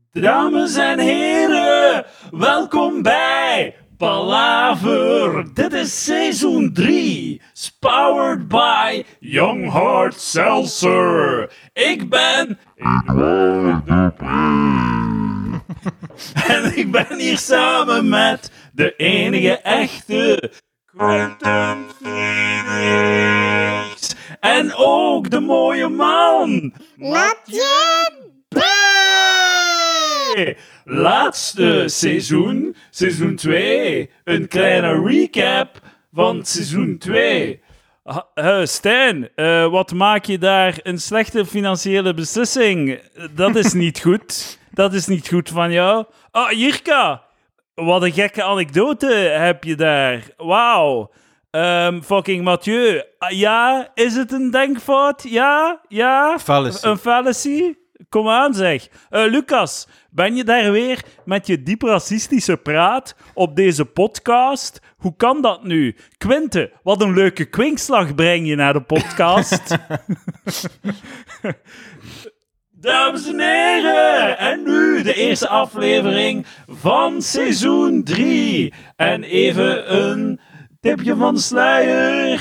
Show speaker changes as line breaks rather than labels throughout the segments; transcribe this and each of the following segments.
Dames en heren, welkom bij Palaver. Dit is seizoen 3, powered by Young Heart Seltzer. Ik ben... En ik ben hier samen met de enige echte Quentin Friedrichs. En ook de mooie man
Mathieu B.
Laatste seizoen, seizoen 2. Een kleine recap van seizoen 2. Stijn, wat maak je daar? Een slechte financiële beslissing. Dat is niet goed. Dat is niet goed van jou. Oh, Jirka, wat een gekke anekdote heb je daar. Wauw. Fucking Mathieu. Ja, is het een denkfout? Ja?
Fallacy.
Een fallacy? Kom aan, zeg. Lucas, ben je daar weer met je diep racistische praat op deze podcast? Hoe kan dat nu? Quinte, wat een leuke kwinkslag breng je naar de podcast. Dames en heren, en nu de eerste aflevering van seizoen 3. En even een tipje van de sluier.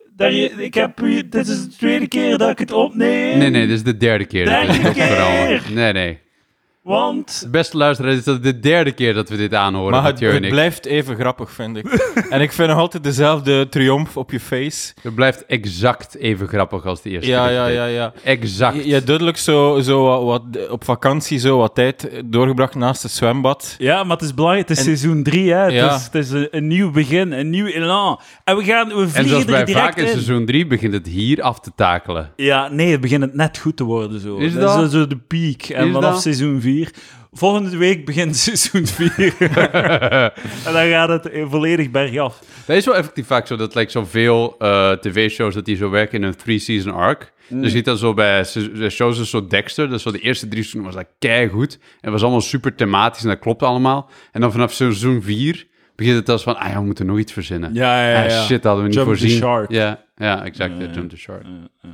Dit is de tweede keer dat ik het opneem.
Nee, dit is de derde keer.
Derde
dat we dit
keer!
opgenomen. Nee.
Want...
Beste luisteraars, is dat de derde keer dat we dit aanhoren,
Maar
Mathieu en
het
ik.
blijft even grappig, vind ik. En ik vind nog altijd dezelfde triomf op je face.
Het blijft exact even grappig als de eerste keer.
Ja.
Exact.
Je hebt duidelijk zo wat op vakantie zo wat tijd doorgebracht naast het zwembad.
Ja, maar het is belangrijk. Het is seizoen 3, hè.
Ja.
Het is een nieuw begin, een nieuw elan. En we
En
vliegen
zoals
er
bij
direct
vaak in
in.
seizoen 3 begint het hier af te takelen.
Ja, nee, het begint net goed te worden. Zo.
Is
dat
dat?
is zo de piek. En
Is
vanaf
dat?
seizoen 4... Volgende week begint seizoen 4. En dan gaat het volledig bergaf.
Dat is wel effectief vaak zo, dat lijkt zoveel tv-shows dat die zo werken in een 3-season arc. Je ziet dat zo bij shows als zo Dexter, dat is zo de eerste 3 seizoenen was dat keigoed. En het was allemaal super thematisch en dat klopt allemaal. En dan vanaf seizoen 4 begint het als van, we moeten nog iets verzinnen.
Ja.
Shit, dat hadden we niet
Jump the
voorzien.
shark.
Ja, exact, Jump the Shark.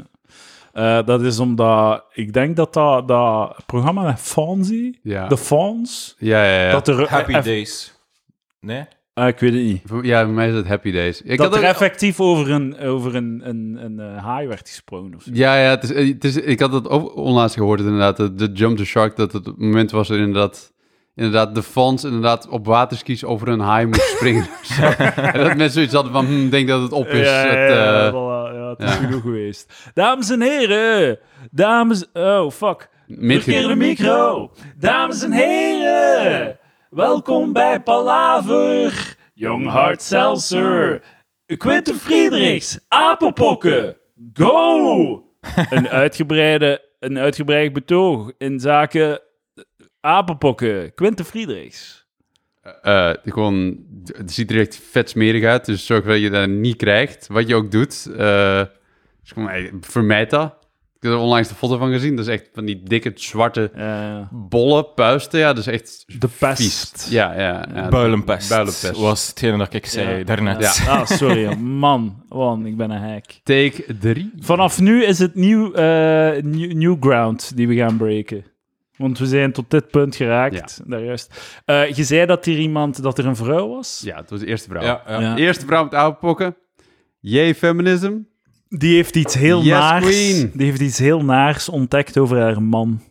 Dat is omdat... Ik denk dat programma met Fonzie,
Ja.
de Fons...
Ja.
Dat er
Happy Days. Nee?
Ik weet het niet.
Ja, bij mij is het Happy Days.
Dat er effectief over een haai werd gesprongen of zo.
Ja, het is, ik had het ook onlangs gehoord, inderdaad, de Jump the Shark, dat het moment was er inderdaad de fans inderdaad op waterskis over een haai moest springen. En dat mensen zoiets hadden van, ik denk dat het op is.
Het is genoeg geweest. Dames en heren! Oh, fuck. Verkeerde micro! Dames en heren! Welkom bij Palaver! Young Heart Seltzer! Quentin Friedrichs! Apenpokken! Go! Een uitgebreid betoog in zaken apenpokken. Quentin Friedrichs.
Gewoon, het ziet er echt vet smerig uit, dus zorg dat je dat niet krijgt, wat je ook doet. Dus gewoon, vermijd dat. Ik heb er onlangs de foto van gezien, dat is echt van die dikke, zwarte, bolle puisten. Ja, dat is echt
De pest.
vies. Ja.
Builenpest was hetgene dat ik zei daarnet.
Ja.
Ah, sorry. Man, ik ben een hack.
Take 3.
Vanaf nu is het new ground die we gaan breken. Want we zijn tot dit punt geraakt. Daar juist. Je zei dat er een vrouw was?
Ja, het was de eerste vrouw.
Ja.
De eerste vrouw met apenpokken. Yay, feminism.
Die heeft iets heel
Yes,
naars.
queen.
Die heeft iets heel naars ontdekt over haar man.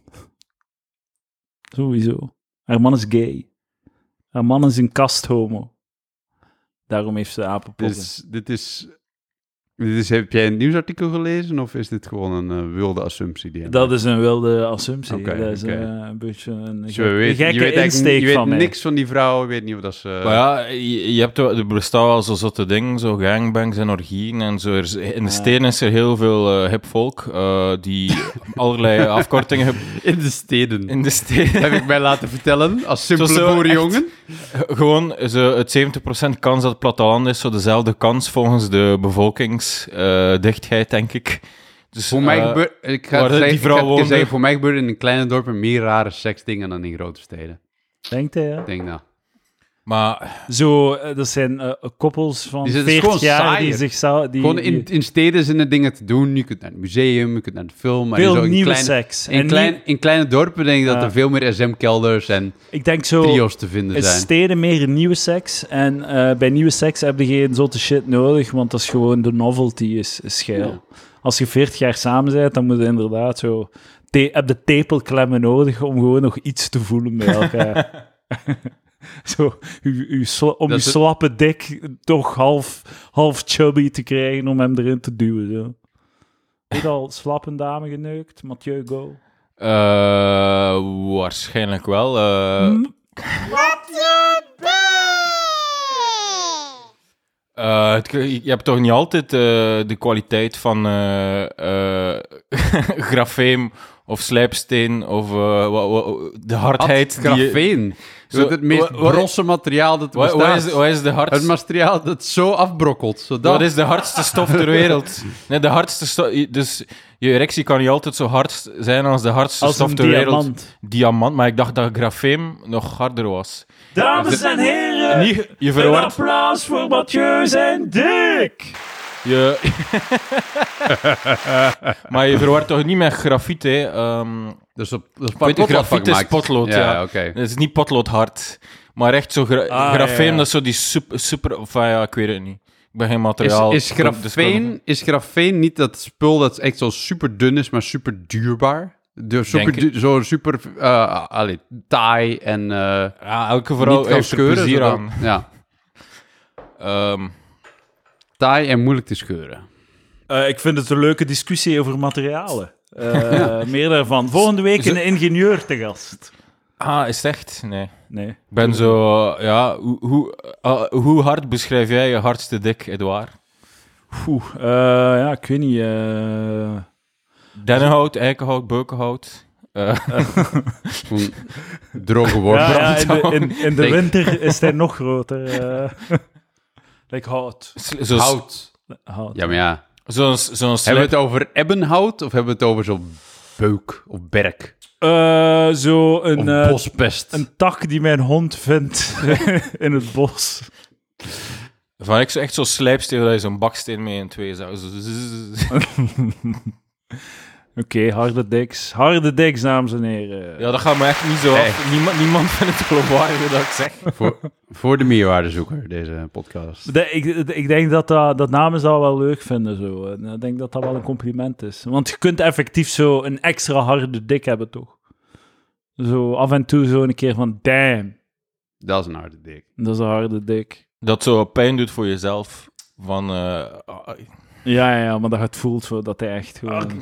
Sowieso. Haar man is gay. Haar man is een kasthomo. Daarom heeft ze apenpokken.
Dit is, heb jij een nieuwsartikel gelezen of is dit gewoon een wilde assumptie? Die
Dat is een wilde assumptie.
Oké,
Dat is
oké.
een beetje een
Dus je weet
gekke insteek
je weet
van mij.
niks van die vrouw, je weet niet of dat ze...
Maar ja, je hebt er bestaan wel zo zotte dingen, zo gangbangs en orgieën en zo. In de steden is er heel veel hip volk die allerlei afkortingen hebben.
In de steden.
In de steden.
Heb ik mij laten vertellen, als simpele
Zo
boerenjongen.
Gewoon het 70% kans dat het platteland is, zo dezelfde kans volgens de bevolkingsdichtheid, denk ik. Dus,
Voor mij gebeurt... Ik ga
waar
het zeggen,
die vrouw
ik ga het
woonde.
zeggen, voor mij gebeuren in kleine dorpen meer rare seksdingen dan in grote steden.
Denkt hij, ja?
Ik denk nou.
Maar
Zo, dat zijn koppels van
Die zijn
40
gewoon
jaar die
saaier.
zichzelf...
Gewoon in steden zijn er dingen te doen. Je kunt naar het museum, je kunt naar de film. Maar
veel
zo in
nieuwe
kleine,
seks.
In kleine dorpen denk ik dat
Ja.
er veel meer SM-kelders en
Ik denk zo...
trio's te vinden
In
zijn.
steden meer nieuwe seks. En bij nieuwe seks heb je geen zotte shit nodig, want dat is gewoon de novelty is geil.
Ja.
Als je 40 jaar samen bent, dan moet je inderdaad zo... heb de tepelklemmen nodig om gewoon nog iets te voelen bij elkaar. Zo, om
Dat
je
is-
slappe dik toch half chubby te krijgen om hem erin te duwen. Zo. Heb je al slappe dame geneukt? Mathieu, go.
waarschijnlijk wel. Je hebt toch niet altijd de kwaliteit van grafeem of slijpsteen of de hardheid die je...
Grafeen.
Zo,
Het meest brosse materiaal dat er bestaat.
Wat is de
Het
hardste...
materiaal dat zo afbrokkelt. Zodat...
Wat is de hardste stof ter wereld? Nee, de hardste stof... Dus je erectie kan niet altijd zo hard zijn als de hardste
Als
stof
een
ter wereld.
diamant.
Diamant, maar ik dacht dat grafeem nog harder was.
Dames en heren,
Je
een
verwaart...
applaus voor Mathieu zijn dik!
Je... maar je verwaart toch niet met grafiet, hè?
Dus dat is
Weet je,
potlood van
grafiet is
gemaakt.
potlood, ja.
Oké.
Het is niet potloodhard. Maar echt zo grafeem,
ja.
dat is zo die super... Of ja, ik weet het niet. Ik ben geen materiaal...
Is grafeen niet dat spul dat echt zo super dun is, maar super duurbaar? Zo super taai en
Ja, elke vrouw
niet kan
heeft er
scheuren.
plezier
zodat-
aan.
Ja, taai en moeilijk te scheuren.
Ik vind het een leuke discussie over materialen. Meer daarvan. Volgende week een ingenieur te gast.
Is het echt? Nee.
Nee.
Ik ben zo... Ja, hoe hard beschrijf jij je hardste dik, Edouard?
Ja, ik weet niet.
Dennenhout, eikenhout, beukenhout.
Gewoon droge worst.
Ja, in de winter is hij nog groter. Like hout.
Hout.
Hout.
Ja, maar ja.
Zo'n
Hebben we het over ebbenhout of hebben we het over zo'n beuk of berk?
Zo
Of
een
bospest?
een tak die mijn hond vindt in het bos.
Van ik zo echt zo slijpsteen dat je zo'n baksteen mee in twee zou.
Oké, harde diks. Harde diks, dames en heren.
Ja, dat gaat me echt niet zo af. Niemand vindt het geloofwaardig dat ik zeg.
Voor de meerwaardezoeker, deze podcast.
Ik denk dat namens dat wel leuk vinden. Zo. En ik denk dat dat wel een compliment is. Want je kunt effectief zo een extra harde dik hebben, toch? Zo af en toe zo een keer van, damn,
Dat is een harde dik.
dat is een harde dik.
Dat zo pijn doet voor jezelf. Van...
Ja, maar dat je het voelt zo, dat hij echt gewoon...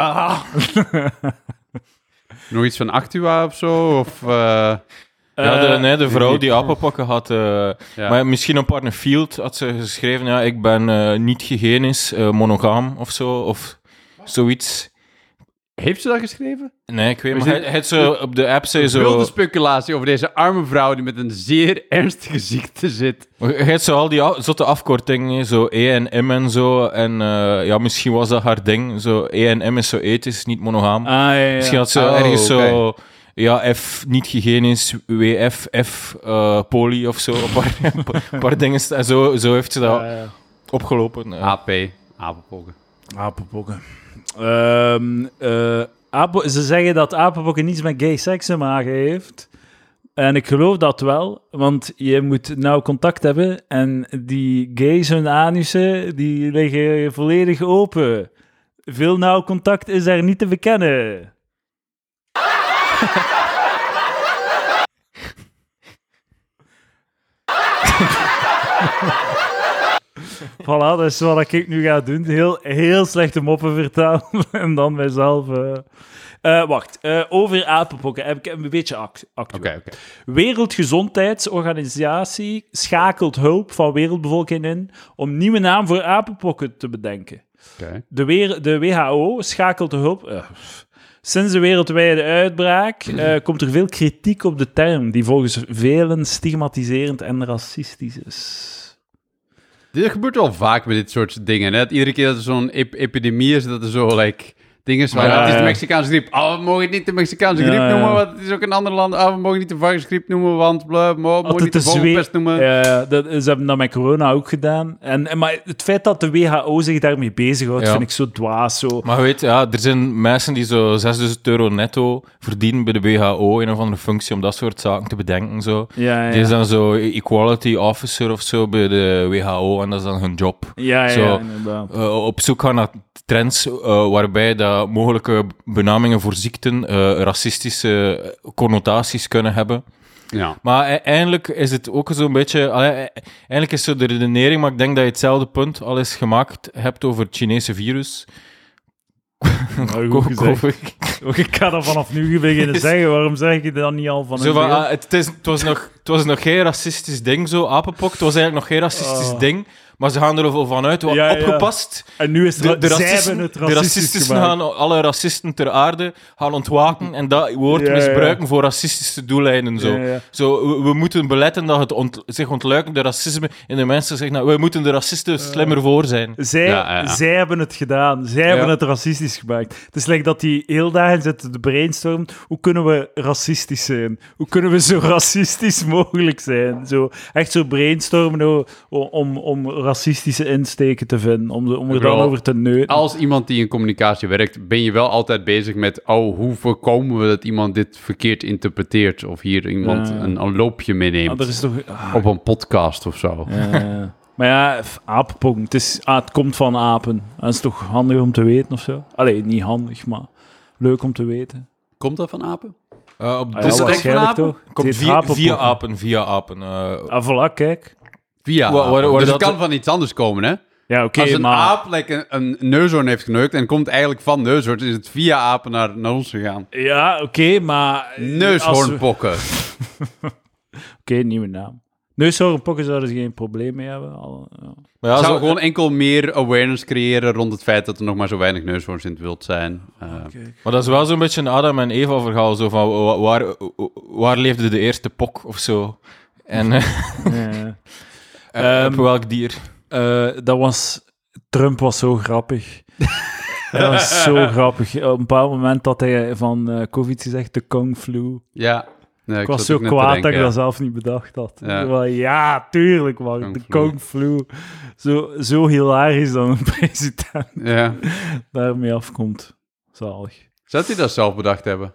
Nog iets van Actua of zo? Of,
de vrouw die apenpokken had...
ja.
Maar misschien op haar field had ze geschreven... Ja, ik ben niet hygiënisch, monogaam of zo. Of zoiets.
Heeft ze dat geschreven?
Nee, ik weet
We
maar
zien-
hij zo op de app zei
Wilde
zo...
speculatie over deze arme vrouw die met een zeer ernstige ziekte zit.
Je hebt zo al die zotte afkortingen, zo E en M en zo. En ja, misschien was dat haar ding. Zo E en M is zo ethisch, niet monogaam.
ja.
Misschien had ze
Oh,
ergens
oké.
zo... Ja, F, niet hygiënisch, WF, F, poly of zo. Een paar dingen. En zo heeft ze dat opgelopen.
AP, apenpokken.
Apenpokken. Ze zeggen dat apenpokken niets met gay seks te maken heeft. En ik geloof dat wel, want je moet nauw contact hebben en die gays hun anussen, die liggen volledig open. Veel nauw contact is daar niet te bekennen. Voilà, dat is wat ik nu ga doen. Heel slechte moppen vertellen en dan mijzelf... Wacht, over apenpokken heb ik een beetje actueel.
Oké.
Wereldgezondheidsorganisatie schakelt hulp van wereldbevolking in om nieuwe naam voor apenpokken te bedenken.
Oké.
De WHO schakelt de hulp... Sinds de wereldwijde uitbraak komt er veel kritiek op de term, die volgens velen stigmatiserend en racistisch is.
Dit gebeurt wel vaak met dit soort dingen. Hè? Dat iedere keer dat er zo'n epidemie is, dat er zo ding is,
Maar
het is de Mexicaanse griep. Oh, we mogen het niet de Mexicaanse griep noemen, want het is ook een ander land. Oh, we mogen niet de varkensgriep noemen, want we mogen niet de vogelpest noemen.
Ze hebben dat met corona ook gedaan. Maar het feit dat de WHO zich daarmee bezighoudt, vind ik zo dwaas. Zo.
Maar weet, er zijn mensen die zo €6.000 netto verdienen bij de WHO, een of andere functie om dat soort zaken te bedenken. Zo.
Ja.
Die is dan zo equality officer of zo bij de WHO en dat is dan hun job.
Ja,
zo,
inderdaad.
op zoek gaan naar trends waarbij dat mogelijke benamingen voor ziekten racistische connotaties kunnen hebben.
Ja.
Maar eigenlijk is het ook zo'n beetje... Eigenlijk is zo de redenering, maar ik denk dat je hetzelfde punt al eens gemaakt hebt over het Chinese virus.
Ik ga dat vanaf nu beginnen zeggen. Waarom zeg je dat niet al van
zo van, het was nog geen racistisch ding, zo, apenpok. Het was eigenlijk nog geen racistisch ding. Maar ze gaan er vanuit, opgepast.
En nu is het
de racisten gaan alle racisten ter aarde gaan ontwaken en dat woord misbruiken voor racistische doeleinden. Zo. Zo, we moeten beletten dat het zich ontluikende racisme in de mensen zegt, we moeten de racisten slimmer voor zijn.
Zij hebben het gedaan. Zij hebben het racistisch gemaakt. Het is like dat die heel dagen zitten te brainstormen. Hoe kunnen we racistisch zijn? Hoe kunnen we zo racistisch mogelijk zijn? Zo, echt zo brainstormen om racistische insteken te vinden, om er dan over te neuten.
Als iemand die in communicatie werkt, ben je wel altijd bezig met, hoe voorkomen we dat iemand dit verkeerd interpreteert, of hier iemand een loopje meeneemt
dat is toch,
op een podcast of zo.
Maar ja, apenpong, het komt van apen. Dat is toch handig om te weten of zo? Allee, niet handig, maar leuk om te weten.
Komt dat van apen?
Waarschijnlijk toch?
Komt via apen.
Voilà, kijk.
Via apen. Dus het kan van iets anders komen, hè?
Ja, oké,
als een
maar...
aap een neushoorn heeft geneukt en komt eigenlijk van neushoorn, is het via apen naar ons gegaan.
Ja, oké, maar...
Neushoornpokken.
Oké, nieuwe naam. Neushoornpokken zouden ze geen probleem mee hebben.
Maar ja,
zou gewoon enkel meer awareness creëren rond het feit dat er nog maar zo weinig neushoorns in het wild zijn.
Maar dat is wel zo'n beetje een Adam en Eva verhaal, zo van waar leefde de eerste pok of zo? En welk dier?
Trump was zo grappig. Dat was zo grappig. Op een bepaald moment had hij van COVID gezegd, de Kung Flu.
Ja. Nee,
ik was zo kwaad dat ik dat zelf niet bedacht had. Ja, tuurlijk, man. De Kung Flu. Zo hilarisch dan een president daarmee afkomt. Zalig.
Zou hij dat zelf bedacht hebben?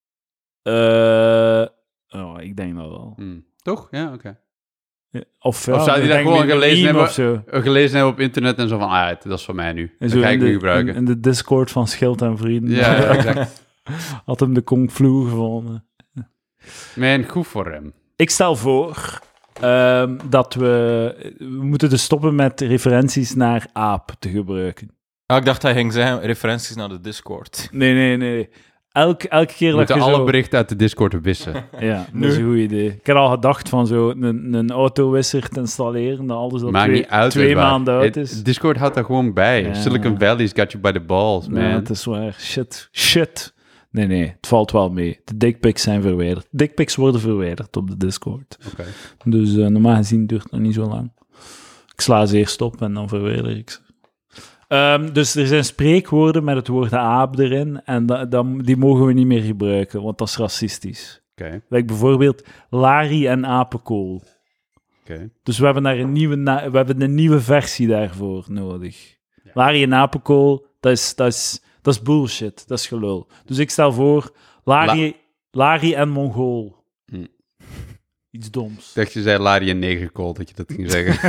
Ik denk dat wel.
Toch? Ja, oké.
Of
zou hij dat gewoon gelezen hebben op internet en zo van, dat is van mij nu. Dat ga ik nu gebruiken.
In de Discord van Schild en Vrienden.
Ja, exact.
Had hem de Kung Flu gevonden.
Man, goed voor hem.
Ik stel voor dat we moeten dus stoppen met referenties naar aap te gebruiken.
Ik dacht hij ging zeggen referenties naar de Discord.
Nee. Elke keer
we moeten alle berichten uit de Discord wissen.
Ja, dat is een goed idee. Ik had al gedacht van zo een autowisser te installeren, dat alles al 2 maanden uit is.
Discord houdt daar gewoon bij. Ja. Silicon Valley's got you by the balls, man.
Ja, het is waar. Shit. Nee, het valt wel mee. De dickpics zijn verwijderd. Dickpics worden verwijderd op de Discord.
Okay.
Dus normaal gezien duurt het nog niet zo lang. Ik sla ze eerst op en dan verwijder ik ze. Dus er zijn spreekwoorden met het woord aap erin en die mogen we niet meer gebruiken, want dat is racistisch.
Okay.
Like bijvoorbeeld Lari en apenkool.
Okay.
Dus we hebben daar een nieuwe versie daarvoor nodig. Ja. Lari en apenkool, dat is bullshit, dat is gelul. Dus ik stel voor Lari en Mongool. Iets doms.
Ik dacht je zei Lari en negerkool, dat je dat ging zeggen.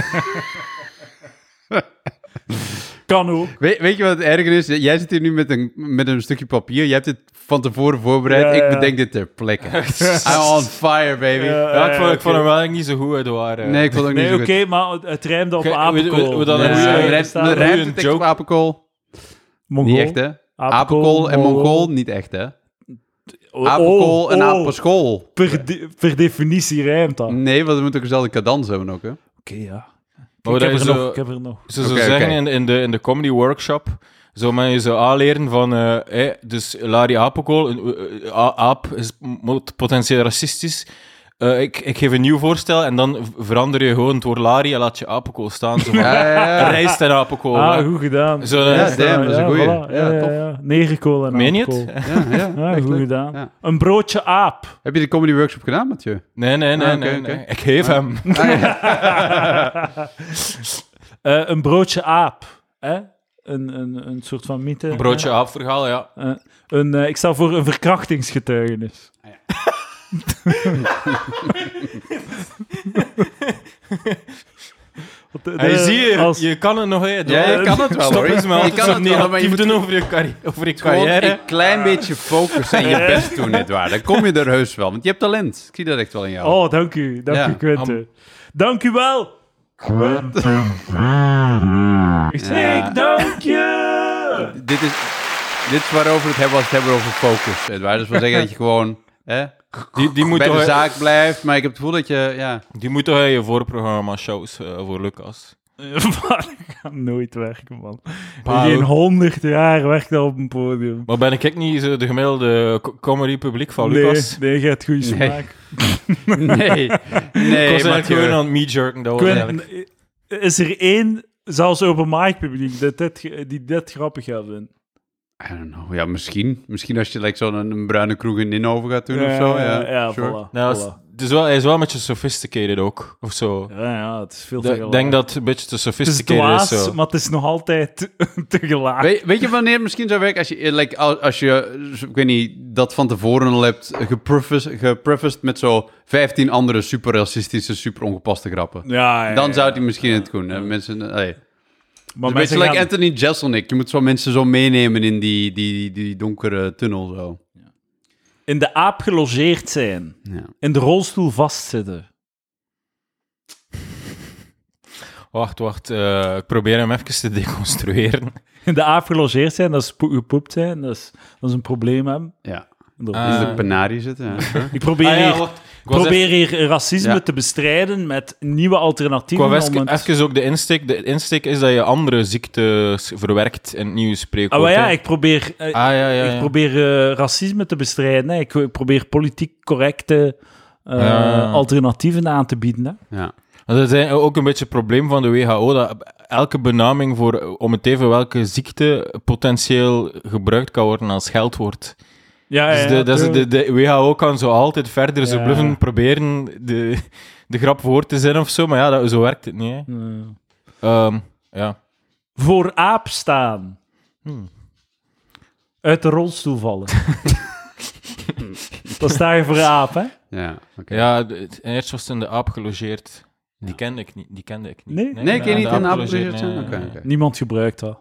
Kan ook.
Weet je wat het erger is? Jij zit hier nu met een stukje papier. Je hebt het van tevoren voorbereid.
Ja.
Ik bedenk dit ter plekke. I'm on fire, baby.
Ik vond hem wel niet zo goed uit de waren.
Nee, ik vond het ook niet zo goed.
Oké, maar het rijmde op apenkool.
We dan een
rijmt tekst op apenkool.
Mongool.
Niet echt, hè? Apenkool en Mongool, niet echt, hè? Apenkool en apenschool.
Per definitie rijmt dat.
Nee, want we moeten ook dezelfde cadans hebben ook, hè?
Oké, ja.
Ik heb er nog. Ze zeggen in de comedy workshop, zo men je zo aanleren van, dus Lari apenkool, aap is potentieel racistisch, Ik geef een nieuw voorstel en dan verander je gewoon het woord Lari en laat je apenkool staan. Zo van, rijst en apenkool.
Goed gedaan.
Zo,
Ja, damn, dat is een goeie.
Voilà.
Ja, top.
Negerkool en
Meen je
apenkool.
het?
Ja,
Echt
goed
leuk.
gedaan.
Ja.
Een broodje aap.
Heb je de comedy workshop gedaan, Mathieu?
Nee.
Oké.
Ik geef hem.
Een broodje aap. Hè? Een soort van mythe.
Een broodje aapverhaal, ja.
Ik stel voor een verkrachtingsgetuigenis.
Hij zie je, je kan het nog, hè.
Ja, je kan het wel,
Stop
hoor.
eens met
Je
altijd
kan
zo
het wel, maar je
negatief
moet
doen over je
Gewoon
carrière.
een klein beetje focus en je best doen, nietwaar? Dan kom je er heus wel, want je hebt talent. Ik zie dat echt wel in jou.
Oh, dank u. Dank u, Quentin. Dank u wel. Ik zeg dank je.
Dit is waarover het hebben als het hebben over focus, nietwaar? Dus wil zeggen dat je gewoon
Die moet
bij
toch,
de zaak blijft, maar ik heb het gevoel dat je... Ja.
die moet toch je voorprogramma-shows voor Lucas.
Dat gaat nooit werken, man.
Maar
Geen
ook-
100 jaar werkt dat op een podium.
Maar ben ik niet zo de gemiddelde comedy-publiek van Lucas?
Nee, je hebt goede
Nee.
smaak.
Nee,
Ik was
nee,
eigenlijk gewoon
Mathieu.
aan het meat-jerken. Dat was eigenlijk...
Is er één, zelfs open mic publiek, die dit grappig gaat vinden?
I don't know. Ja, misschien. Misschien als je like, zo'n een bruine kroeg in Ninove gaat doen of zo. Ja, sure.
voilà.
Nou,
voilà.
hij is wel een beetje sophisticated ook, of zo.
Ja, het is veel te
Ik
gelaagd.
denk dat het een beetje te
Het is
sophisticated is.
dwaas,
Zo.
maar het is nog altijd te gelaagd.
Weet je wanneer het misschien zou werken? Als je, ik weet niet, dat van tevoren al hebt geprefaced met zo 15 andere super racistische, super ongepaste grappen.
Ja,
Dan zou hij misschien het doen. Mensen, allee.
Maar
Een beetje
mensen
like
gaan-
Anthony Jeselnik. Je moet zo mensen zo meenemen in die donkere tunnel. Zo.
in de aap gelogeerd zijn.
Ja.
In de rolstoel vastzitten.
Wacht. Ik probeer hem even te deconstrueren.
In de aap gelogeerd zijn, dat is gepoept zijn. Dat is een probleem hebben.
Ja. In
Inderdaad.
de penarie zitten. Ja. sure.
Ik probeer
wacht.
probeer hier racisme
Ja.
te bestrijden met nieuwe
Ik
alternatieven.
wou
om het-
even ook de insteek. De insteek is dat je andere ziektes verwerkt in het nieuwe spreekwoord.
maar ja,
hè.
ik probeer,
ja.
ik probeer racisme te bestrijden. Hè. Ik probeer politiek correcte alternatieven aan te bieden. Hè.
Ja.
Dat is eigenlijk ook een beetje het probleem van de WHO, dat elke benaming voor om het even welke ziekte potentieel gebruikt kan worden als scheldwoord. Dus de WHO kan zo altijd verder zo
Ja.
bluffen proberen de grap voor te zijn of zo, maar ja, zo werkt het niet. Hè. Ja.
Voor aap staan. Uit de rolstoel vallen. Dan sta je voor aap, hè?
Ja, oké.
Ja, eerst was het in de aap gelogeerd. Die kende ik niet.
Nee?
Nee, ik ken niet
de
in
aap
de
gelogeerd,
zijn.
nee.
Oké.
Niemand gebruikt dat.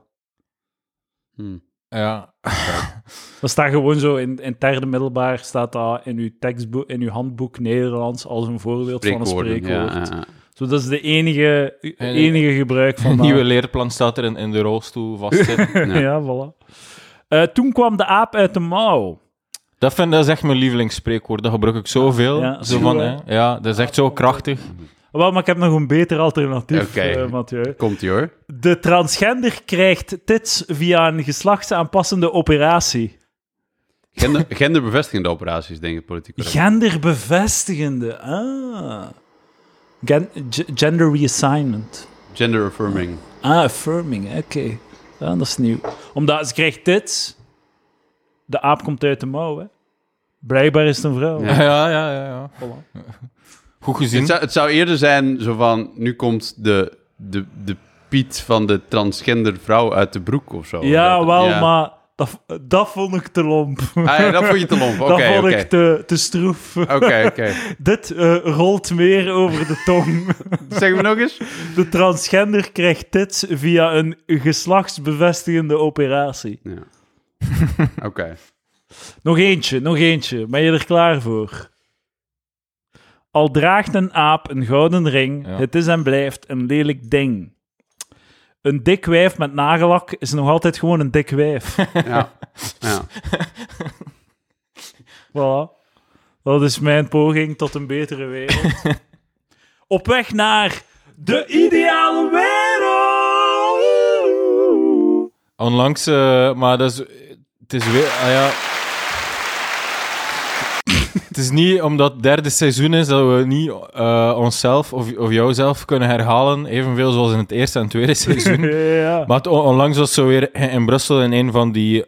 Ja.
Dat staat gewoon zo in het derde middelbaar, staat dat in uw tekstboek, in uw handboek Nederlands als een voorbeeld van een spreekwoord.
Ja.
Zo, dat is de enige gebruik van
Een
dat.
nieuwe leerplan staat er in de rolstoel vastzitten.
Ja, voilà. Toen kwam de aap uit de mouw.
Dat is echt mijn lievelingsspreekwoord. Dat gebruik ik zoveel.
Ja,
zo
zo,
van,
hè?
hè. Ja, dat is echt zo krachtig.
Wel, maar ik heb nog een beter alternatief,
Oké.
Mathieu.
Komt-ie hoor.
De transgender krijgt tits via een geslachtsaanpassende operatie.
Genderbevestigende operaties, denk ik, politiek correct.
Genderbevestigende. Gender reassignment.
Gender affirming.
Affirming, oké. Ja, dat is nieuw. Omdat ze krijgt tits. De aap komt uit de mouw, hè. Blijkbaar is het een vrouw.
Ja.
Ja.
Voilà.
Goed gezien.
Het zou eerder zijn zo van, nu komt de Piet van de transgender vrouw uit de broek of zo.
Ja, wel, maar dat vond ik te lomp.
Dat vond je te lomp.
Dat
Oké,
vond
oké.
ik te stroef.
Oké.
Dit rolt meer over de tong.
Zeg me nog eens.
De transgender krijgt tits via een geslachtsbevestigende operatie.
Ja. Oké.
Nog eentje. Ben je er klaar voor? Al draagt een aap een gouden ring,
Ja.
het is en blijft een lelijk ding. Een dik wijf met nagellak is nog altijd gewoon een dik wijf.
Ja.
Voilà. Dat is mijn poging tot een betere wereld. Op weg naar de ideale wereld!
Onlangs, maar dat is... Het is weer... Het is niet omdat het derde seizoen is dat we niet onszelf of jouzelf kunnen herhalen, evenveel zoals in het eerste en tweede seizoen.
Ja.
Maar onlangs was zo weer in Brussel in een van die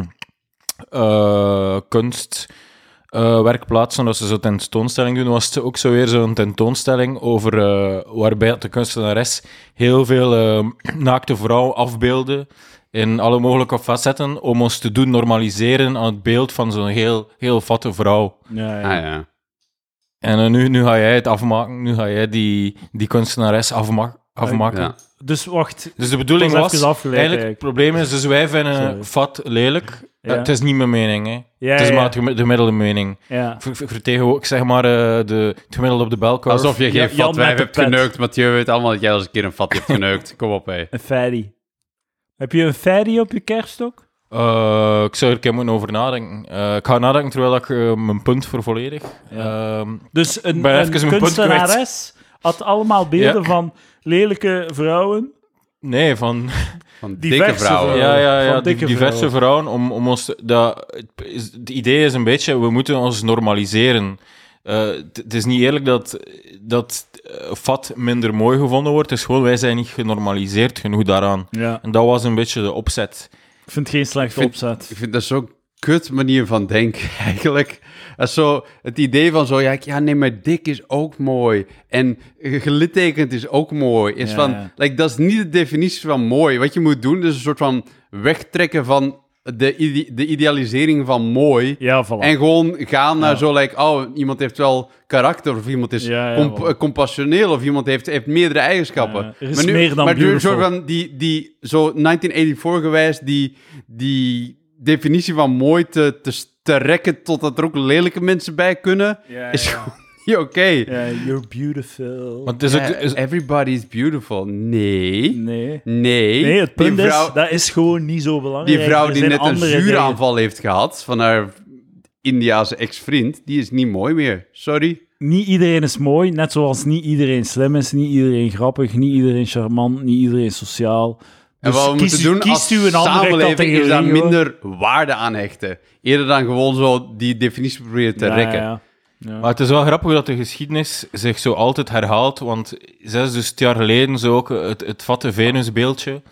kunstwerkplaatsen, dat ze zo'n tentoonstelling doen, was het ook zo weer zo'n tentoonstelling over waarbij de kunstenares heel veel naakte vrouwen afbeelden in alle mogelijke facetten om ons te doen normaliseren aan het beeld van zo'n heel fatte vrouw.
Ja.
En nu ga jij het afmaken, nu ga jij die kunstenares afmaken.
Ja.
Dus wacht.
Dus de bedoeling
Het
was,
was even afgeleid,
eigenlijk, het probleem is, dus wij vinden fat lelijk.
Ja.
Het is niet mijn mening, hè.
Ja,
Het is
ja.
maar de gemiddelde mening.
Ja.
Ik zeg maar het gemiddelde op de belkorf.
Alsof je geen
Jan
fatwijf
met de
hebt
pet.
geneukt. Mathieu weet allemaal dat jij als een keer een fat hebt geneukt. Kom op, hé.
Een fatty. Heb je een fatty op je kerststok?
Ik zou er een keer moeten over nadenken. Ik ga nadenken terwijl ik mijn punt vervolledig.
Ja. Dus een
ben even mijn punt
kunstenares had allemaal beelden van lelijke vrouwen.
Nee, van
Van
Diverse
dikke vrouwen.
ja,
van dikke
diverse vrouwen. Om ons het idee is een beetje, we moeten ons normaliseren. Het is niet eerlijk dat fat minder mooi gevonden wordt. Het is gewoon, wij zijn niet genormaliseerd genoeg daaraan.
Ja.
En dat was een beetje de opzet.
Ik vind het geen slechte opzet.
Ik vind dat zo'n kut manier van denken, eigenlijk. Dat is zo het idee van zo, nee, maar dik is ook mooi. En gelittekend is ook mooi. Is
Ja,
van,
ja.
Like, dat is niet de definitie van mooi. Wat je moet doen, is een soort van wegtrekken van de idealisering van mooi.
Ja, voilà.
En gewoon gaan naar zo, iemand heeft wel karakter, of iemand is
voilà.
compassioneel, of iemand heeft meerdere eigenschappen.
Er is meer dan
maar
beautiful.
zo van die zo 1984 gewijs, die definitie van mooi te rekken totdat er ook lelijke mensen bij kunnen, is gewoon niet oké.
Ja, you're beautiful.
Want het is ook,
Everybody's beautiful. Nee.
Nee, het punt
Die vrouw,
is, dat is gewoon niet zo belangrijk.
die vrouw
Er
die
zijn
net een
andere dingen.
zuuraanval heeft gehad van haar Indiase ex-vriend, die is niet mooi meer. Sorry.
Niet iedereen is mooi, net zoals niet iedereen slim is, niet iedereen grappig, niet iedereen charmant, niet iedereen sociaal.
En
Dus
wat we moeten doen als
u een andere
samenleving is daar
categorie,
minder waarde aan hechten. Eerder dan gewoon zo die definitie proberen te rekken.
Ja.
maar het is wel grappig dat de geschiedenis zich zo altijd herhaalt, want 6 jaar geleden zo ook het vatte Venusbeeldje.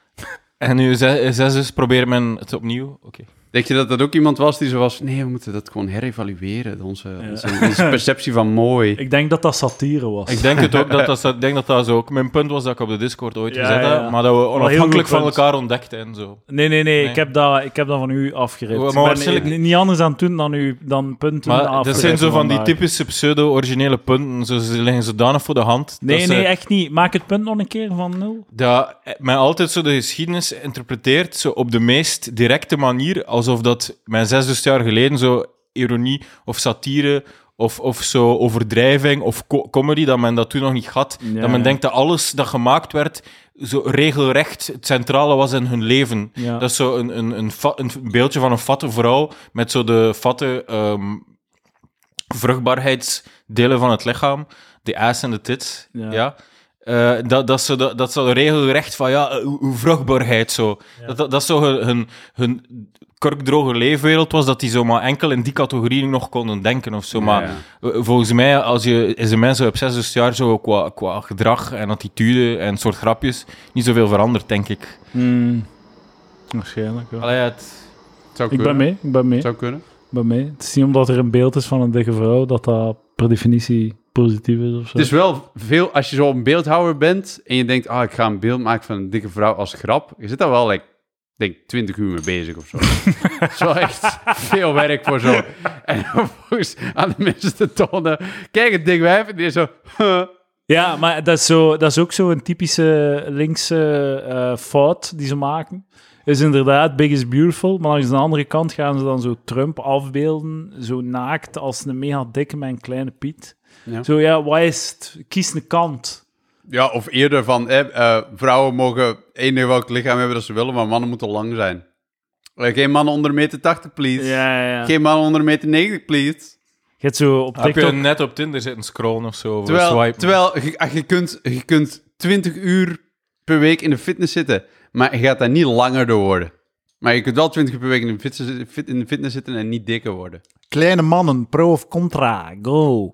En nu 6 probeert men het opnieuw. Oké.
Denk je dat dat ook iemand was die zo was, nee, we moeten dat gewoon herevalueren, onze perceptie van mooi.
Ik denk dat dat satire was.
Ik denk het ook, ik denk dat dat zo ook... Mijn punt was dat ik op de Discord ooit
Ja,
gezet heb,
ja.
maar dat we
heel
onafhankelijk
goed
van
punt.
elkaar ontdekten en zo.
Nee. Ik heb dat van u afgeript.
Maar
Ik ben
waarschijnlijk-
niet anders aan het doen dan punten
Maar dat
afgeript
zijn zo van die
vandaag.
typische pseudo-originele punten, ze liggen zodanig voor de hand.
Nee,
dat ze-
echt niet. Maak het punt nog een keer van 0.
Dat men altijd zo de geschiedenis interpreteert zo op de meest directe manier, alsof dat men 6 jaar geleden zo ironie of satire of zo overdrijving of comedy, dat men dat toen nog niet had.
Ja,
dat men
ja.
denkt dat alles dat gemaakt werd zo regelrecht het centrale was in hun leven.
Ja.
Dat is zo een beeldje van een fatte vrouw met zo de fatte vruchtbaarheidsdelen van het lichaam, de ass en de tits,
Ja.
dat zo regelrecht van, uw vruchtbaarheid zo.
Ja.
Dat zo hun kurkdroge leefwereld was, dat die zo maar enkel in die categorie nog konden denken of zo.
Ja,
Maar volgens mij, is een mens op 6 jaar zo qua gedrag en attitude en soort grapjes niet zoveel veranderd, denk ik.
Waarschijnlijk, ja.
Allee,
Ik ben mee.
Zou kunnen.
Het is niet omdat er een beeld is van een dikke vrouw, dat per definitie positief is of zo.
Het is wel veel, als je zo een beeldhouwer bent en je denkt, ik ga een beeld maken van een dikke vrouw als grap. Je zit daar wel, denk 20 uur mee bezig of zo. Het is wel echt veel werk voor zo. En vervolgens aan de mensen te tonen, kijk, het dik wijf, en die is zo...
Ja, maar dat is ook zo een typische linkse fout die ze maken. Is inderdaad Big is Beautiful, maar langs de andere kant gaan ze dan zo Trump afbeelden, zo naakt als een mega dikke met een kleine Piet.
Ja.
Zo, wat is het? Kies een kant.
Ja, of eerder van, vrouwen mogen eender welk lichaam hebben dat ze willen, maar mannen moeten lang zijn. Geen mannen onder 1,80 meter, please.
Ja.
Geen mannen onder 1,90 meter, please.
Je hebt zo op
heb
TikTok...
je net op Tinder zitten scrollen of zo?
Terwijl je kunt 20 uur per week in de fitness zitten, maar je gaat daar niet langer door worden. Maar je kunt wel 20 uur per week in de fitness zitten en niet dikker worden.
Kleine mannen, pro of contra, go.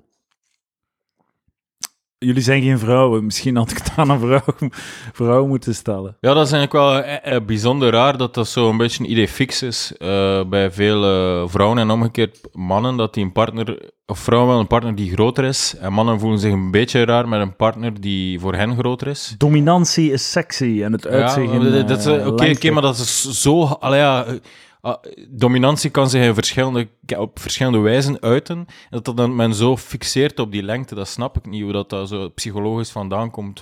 Jullie zijn geen vrouwen. Misschien had ik het aan een vrouw moeten stellen.
Ja, dat is eigenlijk wel bijzonder raar dat dat zo een beetje een idee fix is bij veel vrouwen en omgekeerd mannen, dat die een partner, of vrouwen wel een partner die groter is, en mannen voelen zich een beetje raar met een partner die voor hen groter is.
Dominantie is sexy en het uitzicht in
Oké, maar dat is zo... Allee, ja, dominantie kan zich op verschillende wijzen uiten. En dat dan men zo fixeert op die lengte, dat snap ik niet, hoe dat zo psychologisch vandaan komt.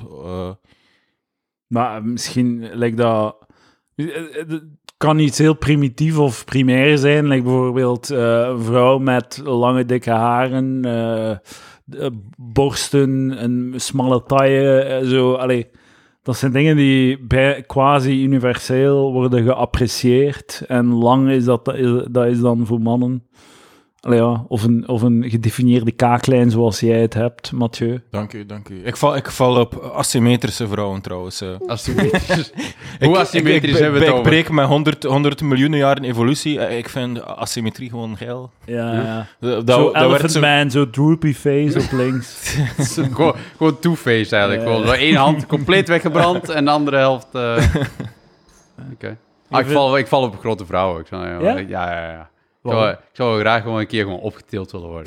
Maar misschien lijkt dat... Het kan iets heel primitief of primair zijn, like bijvoorbeeld een vrouw met lange dikke haren, borsten, een smalle taille, zo, allee... Dat zijn dingen die quasi-universeel worden geapprecieerd. En lang is dat is dan voor mannen. Allee, ja, of een gedefinieerde kaaklijn zoals jij het hebt, Mathieu.
Dank u. Ik val op asymmetrische vrouwen trouwens.
Asymmetrisch. Hoe asymmetrisch hebben we het over?
Ik breek met 100 miljoenen jaren evolutie. Ik vind asymmetrie gewoon geil.
Ja.
Zo
Elephant Man, zo droopy face op links.
Gewoon two-face eigenlijk. Ja. Gewoon één hand compleet weggebrand en de andere helft... Oké. Ik val op grote vrouwen. Ja. Ik zou wel graag gewoon een keer opgetild willen worden.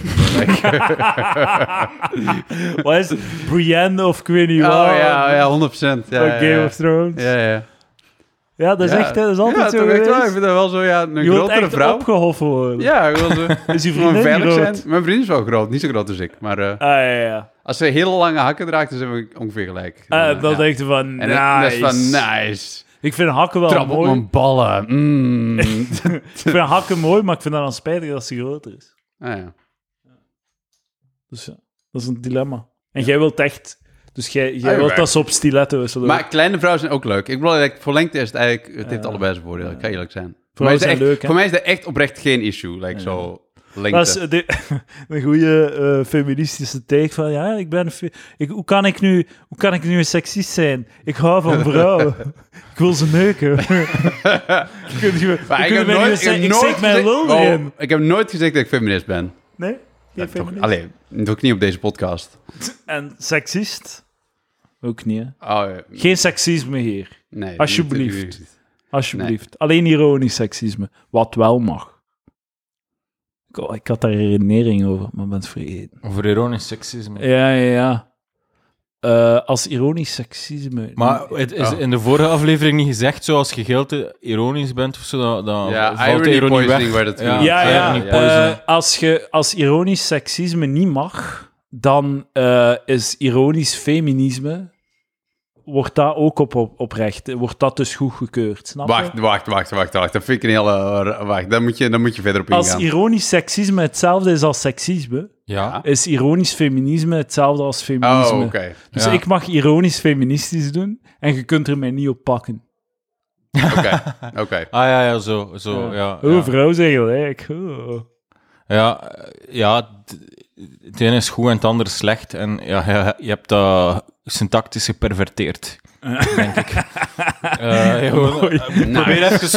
Wat is het? Brienne of Queenie?
Ja, 100%. Ja,
Game of Thrones.
Ja.
Ja, dat is echt, dat is altijd zo geweest.
Ik vind dat wel zo, een
je
grotere vrouw.
Opgehoffen worden.
Ja, gewoon zo.
Is je vriendin
veilig
groot?
zijn. Mijn vriend is wel groot, niet zo groot als ik. Maar
ja.
als ze hele lange hakken draagt, dan zijn we ongeveer gelijk.
Dan denk je van, nice.
En dat is van, nice.
Ik vind hakken wel
Trap
mooi.
op mijn ballen.
Ik vind hakken mooi, maar ik vind dat dan spijtig dat ze groter is.
Ja.
Dus ja, dat is een dilemma. En jij wilt echt... Dus jij wilt dat ze op stiletto is.
Maar kleine vrouwen zijn ook leuk. Ik bedoel, voor lengte is het eigenlijk... Het heeft allebei zijn voordeel. Ik ga eerlijk zijn. Voor mij is dat echt oprecht geen issue. Zo lengte. Dat
is een goede feministische take van... Ja, ik ben... Hoe kan ik nu een seksist zijn? Ik hou van vrouwen. Ik wil ze neuken.
Ik heb nooit gezegd dat ik feminist ben.
Nee?
Allee, doe ik niet op deze podcast.
En seksist? Ook niet, hè?
Oh, ja.
Geen seksisme hier.
Nee.
Alsjeblieft. Alsjeblieft.
Nee.
Alleen ironisch seksisme. Wat wel mag. Ik had daar een redenering over, maar ben het vergeten.
Over ironisch seksisme?
Ja. Als ironisch seksisme...
Maar het is in de vorige aflevering niet gezegd, zoals je gedeelte ironisch bent of zo, dan valt de ironie weg.
Als ironisch seksisme niet mag, dan is ironisch feminisme... Wordt dat ook oprecht? Wordt dat dus goedgekeurd? Snap je?
Wacht. Dat vind ik een hele... Wacht, daar moet je verder op ingaan.
Als ironisch seksisme hetzelfde is als seksisme, is ironisch feminisme hetzelfde als feminisme.
Oh, oké.
Dus ik mag ironisch feministisch doen en je kunt er mij niet op pakken.
Oké.
Zo.
Vrouw zijn gelijk. Oh.
Ja, het ene is goed en het andere slecht. En je hebt dat syntactisch geperverteerd, denk ik. Probeer even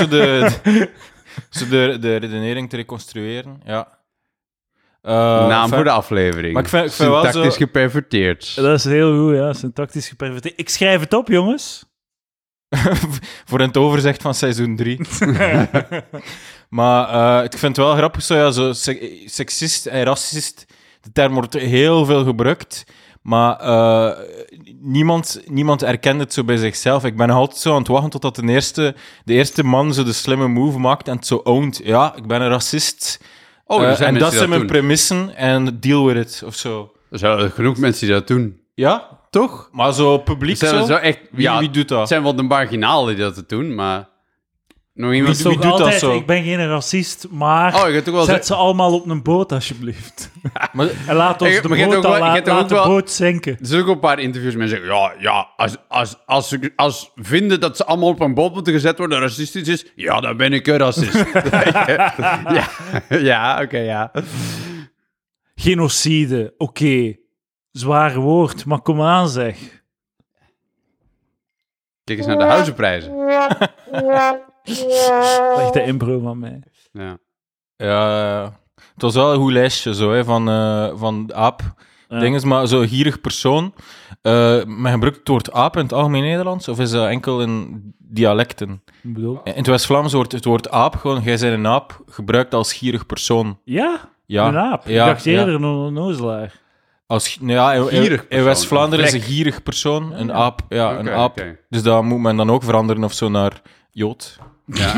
de redenering te reconstrueren. Ja.
Naam voor de aflevering.
Maar ik vind
syntactisch
wel zo...
geperverteerd.
Dat is heel goed, ja. Syntactisch geperverteerd. Ik schrijf het op, jongens.
Voor een overzicht van seizoen 3. Maar ik vind het wel grappig, zo seksist en racist. De term wordt heel veel gebruikt, maar niemand erkent het zo bij zichzelf. Ik ben altijd zo aan het wachten totdat de eerste man zo de slimme move maakt en het zo owned. Ja, ik ben een racist. En dat zijn mijn premissen en deal with it, of zo.
Er zijn genoeg mensen die dat doen.
Ja?
Toch?
Maar zo publiek zo?
Echt,
wie doet dat?
Het zijn wel de marginalen die dat doen, maar... Nog iemand
wie doet dat zo? Ik ben geen racist, maar zet ze allemaal op een boot, alsjeblieft. En laat ons de boot zinken.
Er zijn ook een paar interviews met mensen zeggen... Als vinden dat ze allemaal op een boot moeten gezet worden racistisch is... Ja, dan ben ik een racist. Oké.
Genocide, oké. Zwaar woord, maar kom aan, zeg.
Kijk eens naar de huizenprijzen.
Echt de impro van mij.
Ja.
Ja. Het was wel een goed lijstje zo, hè, van aap. Dinges, maar zo'n gierig persoon. Men gebruikt het woord aap in het algemeen Nederlands, of is dat enkel in dialecten?
Ik bedoel...
In het West-Vlaams wordt het woord aap, gewoon, jij bent een aap, gebruikt als gierig persoon.
Ja?
Ja.
Een aap?
Ja,
Ik dacht eerder
ja.
een onnozelaar.
In West-Vlaanderen is een gierig persoon, een aap. Ja, een aap.
Okay.
Dus dat moet men dan ook veranderen of zo naar Jood.
Ja.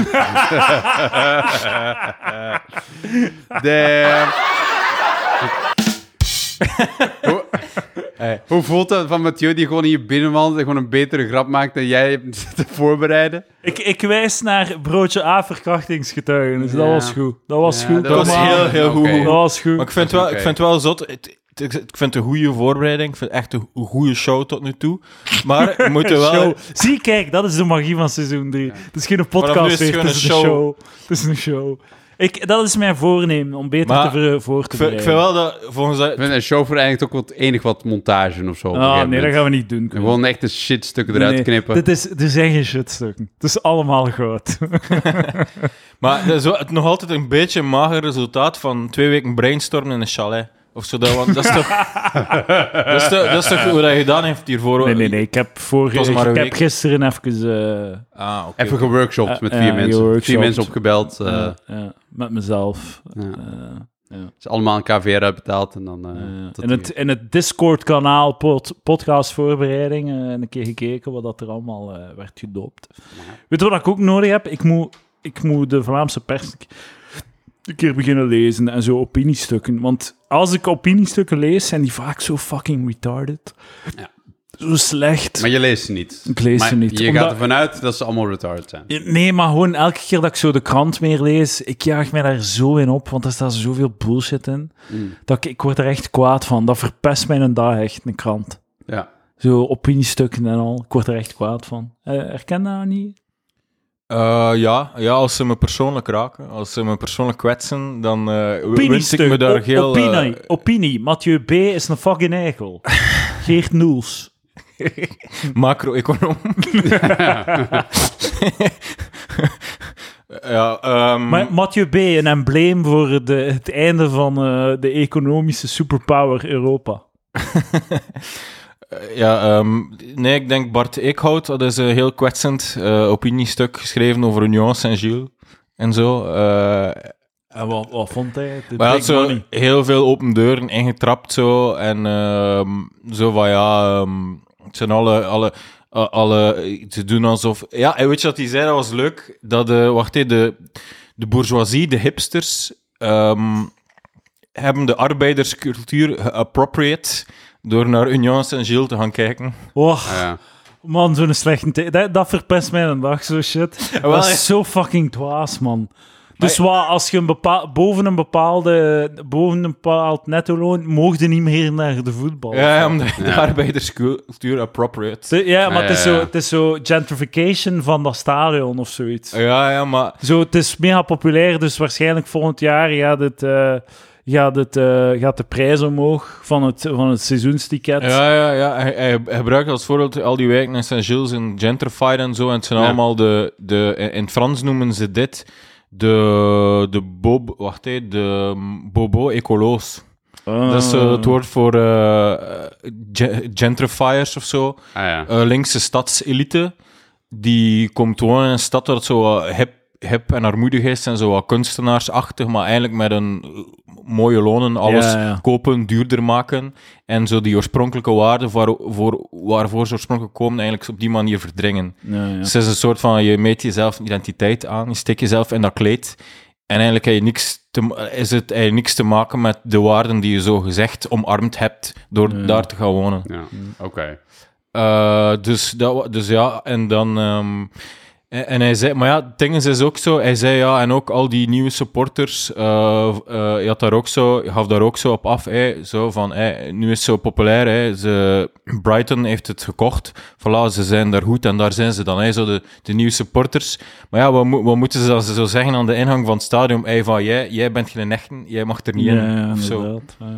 Hoe voelt dat van Mathieu die gewoon hier binnenwandelt en gewoon een betere grap maakt dan jij hebt zitten voorbereiden?
Ik wijs naar broodje A-verkrachtingsgetuigen, dus dat was goed. Dat was goed.
Dat was heel goed.
Dat was goed.
Maar ik vind het wel zot. Ik vind het een goede voorbereiding. Ik vind het echt een goede show tot nu toe. Maar we moeten wel...
Show. Zie, kijk, dat is de magie van seizoen 3. Het is geen podcast, het is een show. Het is een show. Dat is mijn voornemen, om beter voor te bereiden.
Ik vind wel dat... Volgens
Ik vind een show verenigt ook wat enig wat montage of zo.
Nee, dat gaan we niet doen.
Gewoon echt een shitstuk eruit knippen.
Er zijn geen shitstukken. Het is allemaal goud.
Maar dat is het nog altijd een beetje een mager resultaat van 2 weken brainstormen in een chalet. Of zo, want dat is toch... dat is toch hoe dat je gedaan heeft hiervoor?
Nee. Ik heb gisteren even...
Even geworkshopt met 4 mensen. 4 mensen opgebeld.
Met mezelf.
Het is allemaal een KVR uitbetaald. En dan,
in het Discord-kanaal podcastvoorbereiding een keer gekeken wat dat er allemaal werd gedoopt. Weet je wat ik ook nodig heb? Ik moet de Vlaamse pers een keer beginnen lezen en zo opiniestukken. Want als ik opiniestukken lees, zijn die vaak zo fucking retarded. Ja. Zo slecht.
Maar je leest ze niet.
Ik lees ze niet.
Je gaat ervan uit dat ze allemaal retarded zijn.
Nee, maar gewoon elke keer dat ik zo de krant meer lees, ik jaag mij daar zo in op, want er staat zoveel bullshit in. Dat ik word er echt kwaad van. Dat verpest mij een dag echt, een krant.
Ja.
Zo opiniestukken en al. Ik word er echt kwaad van. Herken dat niet?
Ja, als ze me persoonlijk raken, als ze me persoonlijk kwetsen, dan wens ik me daar heel...
Opinie. Mathieu B. is een fucking eikel. Geert Noels.
Macro-econoom.
Maar Mathieu B., een embleem voor het einde van de economische superpower Europa.
Nee, ik denk Bart Eekhout, dat is een heel kwetsend opiniestuk geschreven over Union Saint-Gilles en zo.
En wat vond hij?
Maar hij had zo heel veel open deuren ingetrapt zo, en zo van het zijn alle ze doen alsof... Ja, en weet je wat hij zei, dat was leuk, dat de bourgeoisie, de hipsters, hebben de arbeiderscultuur geappropriate door naar Union Saint-Gilles te gaan kijken.
Man, zo'n slechte... Dat verpest mij een dag, zo shit. Dat is zo fucking dwaas, man. Dus als je boven een bepaald netto-loon, mocht je niet meer naar de voetbal.
Ja, omdat de arbeiderscultuur appropriate.
Maar het is zo gentrification van dat stadion of zoiets.
Ja, maar...
Zo, het is mega populair, dus waarschijnlijk volgend jaar gaat de prijs omhoog van het seizoensticket.
Ja. Hij gebruikt als voorbeeld al die wijken in Saint-Gilles en gentrified en zo. En het zijn allemaal in het Frans noemen ze dit de bobo-ecolo's. Dat is het woord voor gentrifiers of zo. Linkse stadselite. Die komt wonen in een stad waar het zo hip en armoedig is en zo wat kunstenaarsachtig, maar eigenlijk met een mooie lonen alles kopen, duurder maken en zo die oorspronkelijke waarden waarvoor ze oorspronkelijk komen eigenlijk op die manier verdringen. Dus het is een soort van, je meet jezelf een identiteit aan, je steekt jezelf in dat kleed en eigenlijk is het eigenlijk niks te maken met de waarden die je zo gezegd omarmd hebt door daar te gaan wonen.
Ja, oké.
Dus ja, en dan... En hij zei, maar ja, het ding is ook zo, hij zei en ook al die nieuwe supporters, je gaf daar ook zo op af, zo van, nu is het zo populair, Brighton heeft het gekocht, voilà, ze zijn daar goed en daar zijn ze dan, zo de nieuwe supporters. Maar ja, wat moeten ze dan zo zeggen aan de ingang van het stadion, van, jij bent geen echten, jij mag er niet in, of zo.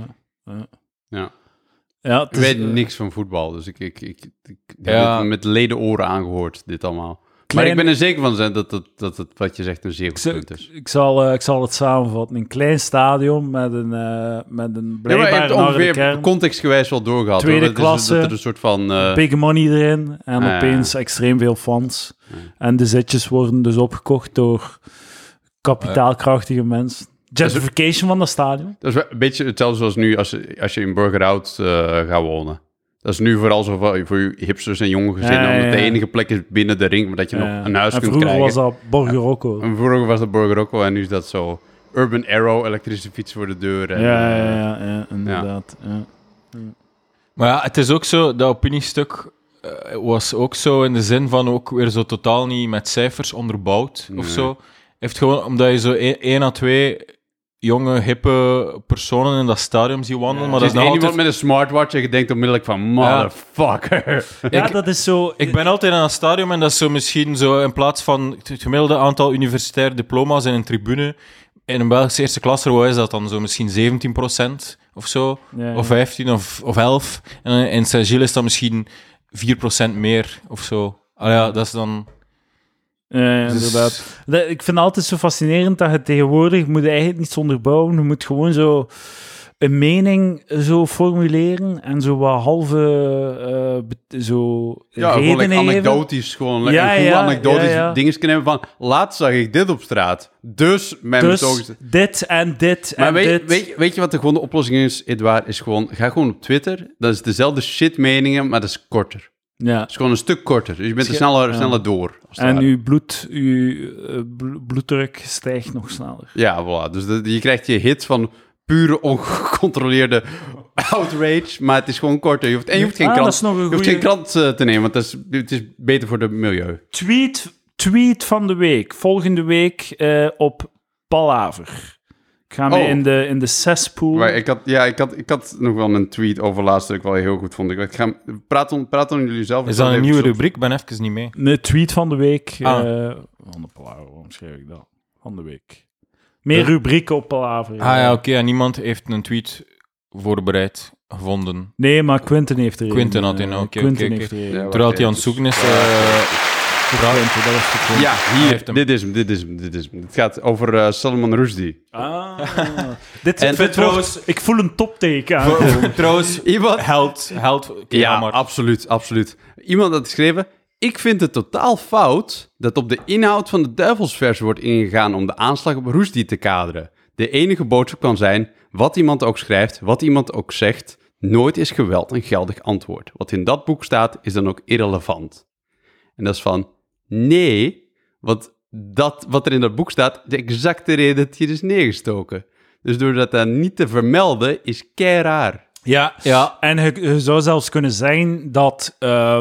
Ja, ik weet niks van voetbal, dus ik heb het met ledenoren aangehoord, dit allemaal. Maar ik ben er zeker van dat het wat je zegt een zeer goed punt is.
Ik zal het samenvatten. Een klein stadion met een blijkbaar
ongeveer
kern.
Contextgewijs wel doorgehad.
Tweede klasse.
Dat er een soort van...
Big money erin. En opeens extreem veel fans. En de zitjes worden dus opgekocht door kapitaalkrachtige mensen. Gentrification van dat stadion.
Dat is een beetje hetzelfde zoals nu als je in Burgerhout gaat wonen. Dat is nu vooral zo voor je hipsters en jonge gezinnen, omdat de enige plek is binnen de ring, maar dat je nog een huis kunt krijgen.
Vroeger was dat Borger Rocco.
En vroeger was dat Borger Rocco en nu is dat zo Urban Arrow, elektrische fiets voor de deur. En,
ja, inderdaad. Ja.
Maar ja, het is ook zo, dat opiniestuk was ook zo in de zin van ook weer zo totaal niet met cijfers onderbouwd of zo. Heeft gewoon, omdat je zo 1 à 2 jonge, hippe personen in dat stadion ziet wandelen. Maar dat is nog altijd...
iemand met een smartwatch en je denkt onmiddellijk van, motherfucker.
Ja, dat is zo...
Ik ben altijd aan het stadion en dat is zo misschien zo in plaats van het gemiddelde aantal universitaire diploma's in een tribune. In een Belgische eerste klasse, hoe is dat dan? Zo misschien 17% of zo, of 15 of 11. En in Saint-Gilles is dat misschien 4% meer of zo. Ja, dat is dan...
Ja, inderdaad. Ik vind het altijd zo fascinerend dat je tegenwoordig moet eigenlijk niets onderbouwen. Je moet gewoon zo een mening zo formuleren en zo wat halve
gewoon like anekdotisch, gewoon goede anekdotisch dingen kunnen hebben van, laatst zag ik dit op straat, dus
dit en dit
maar
en
dit. Weet je wat de gewone oplossing is, Edouard? Is gewoon, ga gewoon op Twitter, dat is dezelfde shit meningen, maar dat is korter.
Ja.
Het is gewoon een stuk korter. Dus je bent er sneller door.
En uw bloeddruk stijgt nog sneller.
Ja, voilà. Dus je krijgt je hit van pure ongecontroleerde outrage, maar het is gewoon korter. Je hoeft geen krant te nemen, want het is beter voor het milieu.
Tweet van de week. Volgende week op Palaver. Ik ga mee in de cesspool.
Maar ik had nog wel een tweet over laatst dat ik wel heel goed vond. Praten jullie zelf.
Is dat een nieuwe rubriek? Ik ben even niet mee.
Een tweet van de week. Van de Palaver, waarom schrijf ik dat? Van de week. Meer rubrieken op Palaver.
Oké. En niemand heeft een tweet voorbereid gevonden.
Nee, maar Quinten heeft er
Quinten had een, oké. Terwijl hij aan het zoeken is...
dit is hem. Het gaat over Salman Rushdie.
Ik voel een topteken aan.
Trouwens, held.
Ja, absoluut. Iemand had geschreven, ik vind het totaal fout dat op de inhoud van de duivelsvers wordt ingegaan om de aanslag op Rushdie te kaderen. De enige boodschap kan zijn, wat iemand ook schrijft, wat iemand ook zegt, nooit is geweld een geldig antwoord. Wat in dat boek staat, is dan ook irrelevant. En dat is van, nee, want wat er in dat boek staat, de exacte reden dat hij is neergestoken. Dus door dat niet te vermelden, is kei raar.
Ja. En je zou zelfs kunnen zeggen dat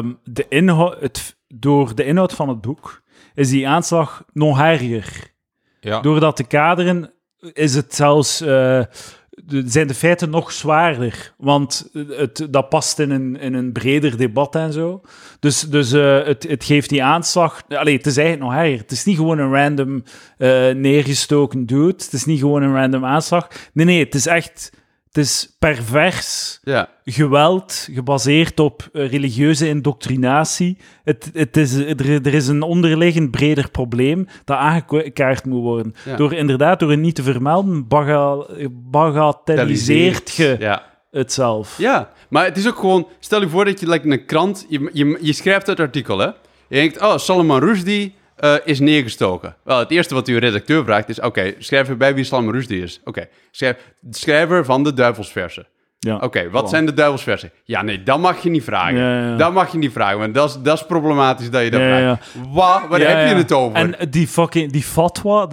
door de inhoud van het boek is die aanslag nog erger.
Ja.
Doordat te kaderen is het zelfs... zijn de feiten nog zwaarder, want dat past in een breder debat en zo. Dus het geeft die aanslag... het is eigenlijk nog erger. Het is niet gewoon een random neergestoken dude. Het is niet gewoon een random aanslag. Nee, het is echt... Het is pervers geweld, gebaseerd op religieuze indoctrinatie. Er is een onderliggend breder probleem dat aangekaart moet worden.
Ja.
Door het niet te vermelden, bagatelliseert je het zelf.
Ja, maar het is ook gewoon... Stel je voor dat je een krant... Je schrijft het artikel, hè. Je denkt, Salman Rushdie is neergestoken. Wel, het eerste wat uw redacteur vraagt is... Oké, schrijf erbij wie Salman Rushdie is. Oké, schrijver van de duivelsversen.
Ja,
Oké, wat zijn de duivelsversen? Ja, nee, dat mag je niet vragen. Ja. Dat mag je niet vragen, want dat is problematisch dat je dat vraagt. Waar heb je het over?
En die fatwa...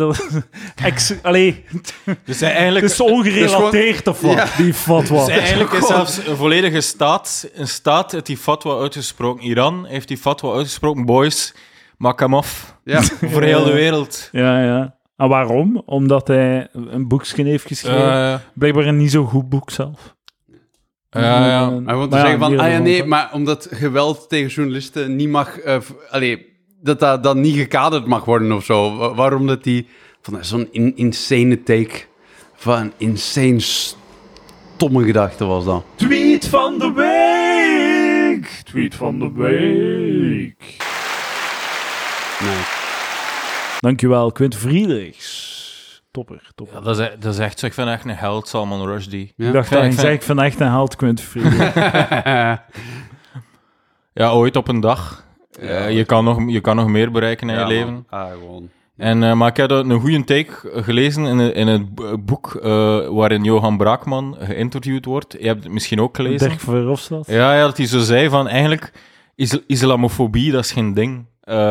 Dus eigenlijk...
Het is ongerelateerd of wat, die fatwa.
Dus eigenlijk is zelfs een volledige staat heeft die fatwa uitgesproken. Iran heeft die fatwa uitgesproken. Boys, maak hem af. Ja. Voor heel de wereld.
Ja. En waarom? Omdat hij een boekje heeft geschreven. Blijkbaar een niet zo goed boek zelf.
Ja.
Hij wil zeggen van, maar omdat geweld tegen journalisten niet mag... dat dat niet gekaderd mag worden of zo. Waarom dat die... Van zo'n insane take... Van een insane stomme gedachte was dat.
Tweet van de week!
Nee.
Dankjewel, Quint Friedrichs. Topper.
Ja, dat is echt zo. Ik vind echt een held, Salman Rushdie.
Ja.
Ik dacht dat je zei, ik vind echt een held, Quint Friedrichs.
Ja, ooit op een dag. Je kan nog meer bereiken in je leven.
Gewoon.
Maar ik heb een goede take gelezen in het boek waarin Johan Braakman geïnterviewd wordt. Je hebt het misschien ook gelezen.
Dirk Verhofstadt.
Ja, dat hij zo zei van eigenlijk islamofobie, dat is geen ding.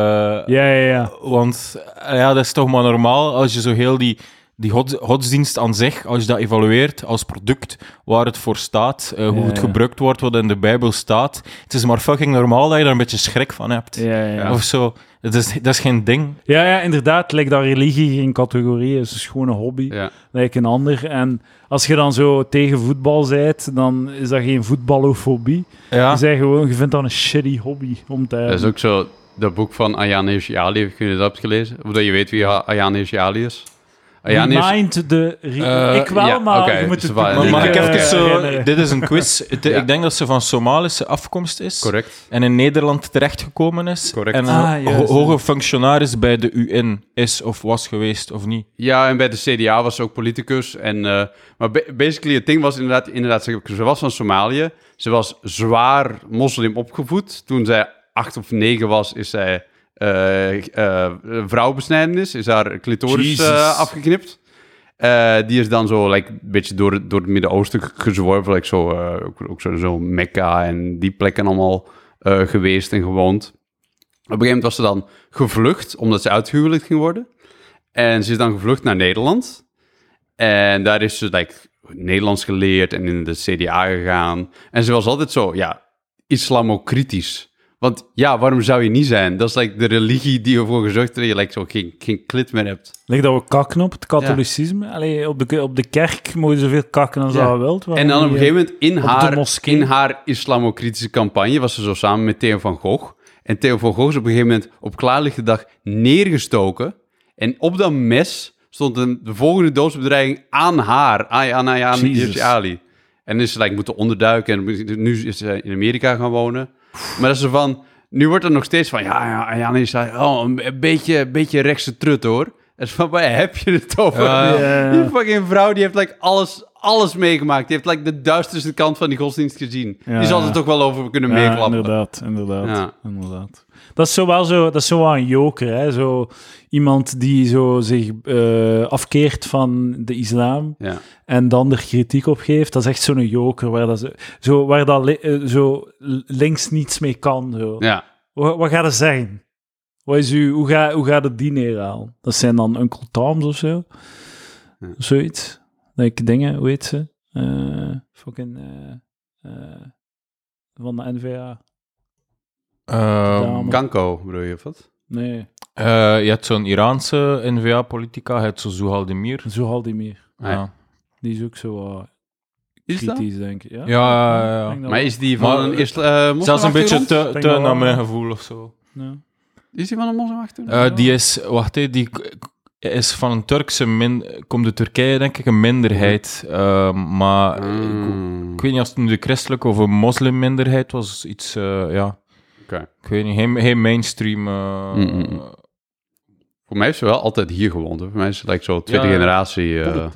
Ja.
Want dat is toch maar normaal als je zo heel die godsdienst aan zich, als je dat evalueert als product, waar het voor staat, hoe het gebruikt wordt, wat in de Bijbel staat. Het is maar fucking normaal dat je daar een beetje schrik van hebt.
Ja.
Of zo. Dat is geen ding.
Ja, inderdaad. Lijkt dat religie geen categorie is. Het is gewoon een hobby.
Ja.
Lijkt een ander. En als je dan zo tegen voetbal bent, dan is dat geen voetballofobie.
Ja.
Je vindt dat een shitty hobby om te hebben.
Dat is ook zo, dat boek van Ayaan Hirsi Ali, heb je dat hebt gelezen? Of dat je weet wie Ayaan Hirsi Ali is?
Remind de... ik wel,
ja,
maar
oké,
je moet het
maar
Maar mag ik even
herinneren.
dit is een quiz. Ik denk dat ze van Somalische afkomst is.
Correct.
En in Nederland terechtgekomen is.
Correct.
En
juist,
hoge functionaris bij de UN is of was geweest, of niet.
Ja, en bij de CDA was ze ook politicus. Maar basically, het ding was inderdaad, ze was van Somalië. Ze was zwaar moslim opgevoed. Toen zij 8 of 9 was, is zij vrouwenbesnijdenis. Is haar clitoris afgeknipt. Die is dan zo een beetje door het Midden-Oosten gezworven. Ook zo Mekka en die plekken allemaal geweest en gewoond. Op een gegeven moment was ze dan gevlucht, omdat ze uitgehuwelijkd ging worden. En ze is dan gevlucht naar Nederland. En daar is ze Nederlands geleerd en in de CDA gegaan. En ze was altijd zo, islamokritisch. Want waarom zou je niet zijn? Dat is de religie die ervoor gezorgd heeft dat je zo geen klit meer hebt.
Lijkt dat we kakken op het katholicisme. Ja. Allee, op de kerk mogen ze zoveel kakken als dat wilt.
En dan op een gegeven moment
in
haar islamokritische campagne was ze zo samen met Theo van Gogh. En Theo van Gogh is op een gegeven moment op klaarlichte dag neergestoken. En op dat mes stond de volgende doodsbedreiging aan haar, aan Ayaan Hirsi Ali. En is ze moeten onderduiken en nu is ze in Amerika gaan wonen. Maar dat is van, nu wordt er nog steeds van, Ayaan Hirsi Ali, een beetje rechtse trut hoor. En van, waar heb je het over? Die fucking vrouw, die heeft alles meegemaakt. Die heeft de duisterste kant van die godsdienst gezien. Die zal er toch wel over kunnen meeklappen.
Inderdaad. Dat is zo wel een joker, hè? Zo iemand die zo zich afkeert van de islam en dan er kritiek op geeft. Dat is echt zo'n joker waar dat links niets mee kan. Zo.
Ja.
Wat gaat het zeggen? Hoe gaat het die neerhalen? Dat zijn dan Uncle Tom's of zo? Zoiets. Dingen, hoe heet ze? Van de NVA.
Kanko, bedoel je of wat?
Nee.
Je hebt zo'n Iraanse NVA-politica, je hebt zo Zuhaldemir.
Ja. Die is ook zo kritisch, denk ik.
Ja.
Maar is die van een moslimachtergrond?
Zelfs een beetje te naar mijn gevoel of zo.
Ja.
Is die van een moslimachtergrond?
Die is, die is van een komt de Turkije denk ik een minderheid. Maar ik weet niet of het nu de christelijke of een moslimminderheid was. Iets,
Okay.
Ik weet niet, geen mainstream.
Voor mij is ze wel altijd hier gewoond. Voor mij is het zo tweede generatie.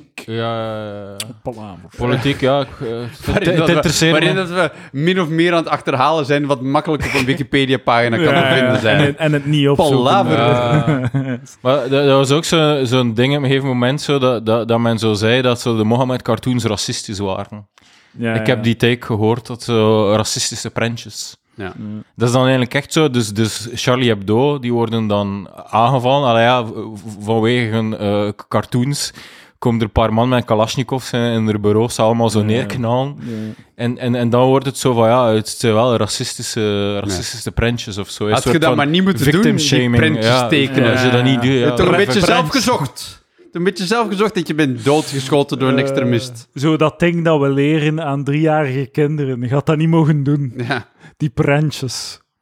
Politiek, ja.
Waarin dat we min of meer aan het achterhalen zijn wat makkelijk op een Wikipedia-pagina kan te vinden zijn.
En het niet opzoeken.
Maar dat was ook zo'n ding op een gegeven moment zo, dat men zo zei dat zo de Mohammed-cartoons racistisch waren. Ik heb die take gehoord, dat zo racistische prentjes.
Ja.
Dat is dan eigenlijk echt zo. Dus Charlie Hebdo, die worden dan aangevallen. Vanwege hun cartoons komen er een paar man met Kalashnikovs in hun bureaus allemaal zo neerknallen. Ja. En dan wordt het zo van, het zijn wel racistische prentjes of zo.
Had je dat maar niet moeten doen, die prentjes tekenen.
Als je dat niet doet,
je hebt toch een beetje zelf gezocht. Een beetje zelf gezocht dat je bent doodgeschoten door een extremist.
Zo dat ding dat we leren aan 3-jarige kinderen. Je gaat dat niet mogen doen.
Ja.
Die prentjes.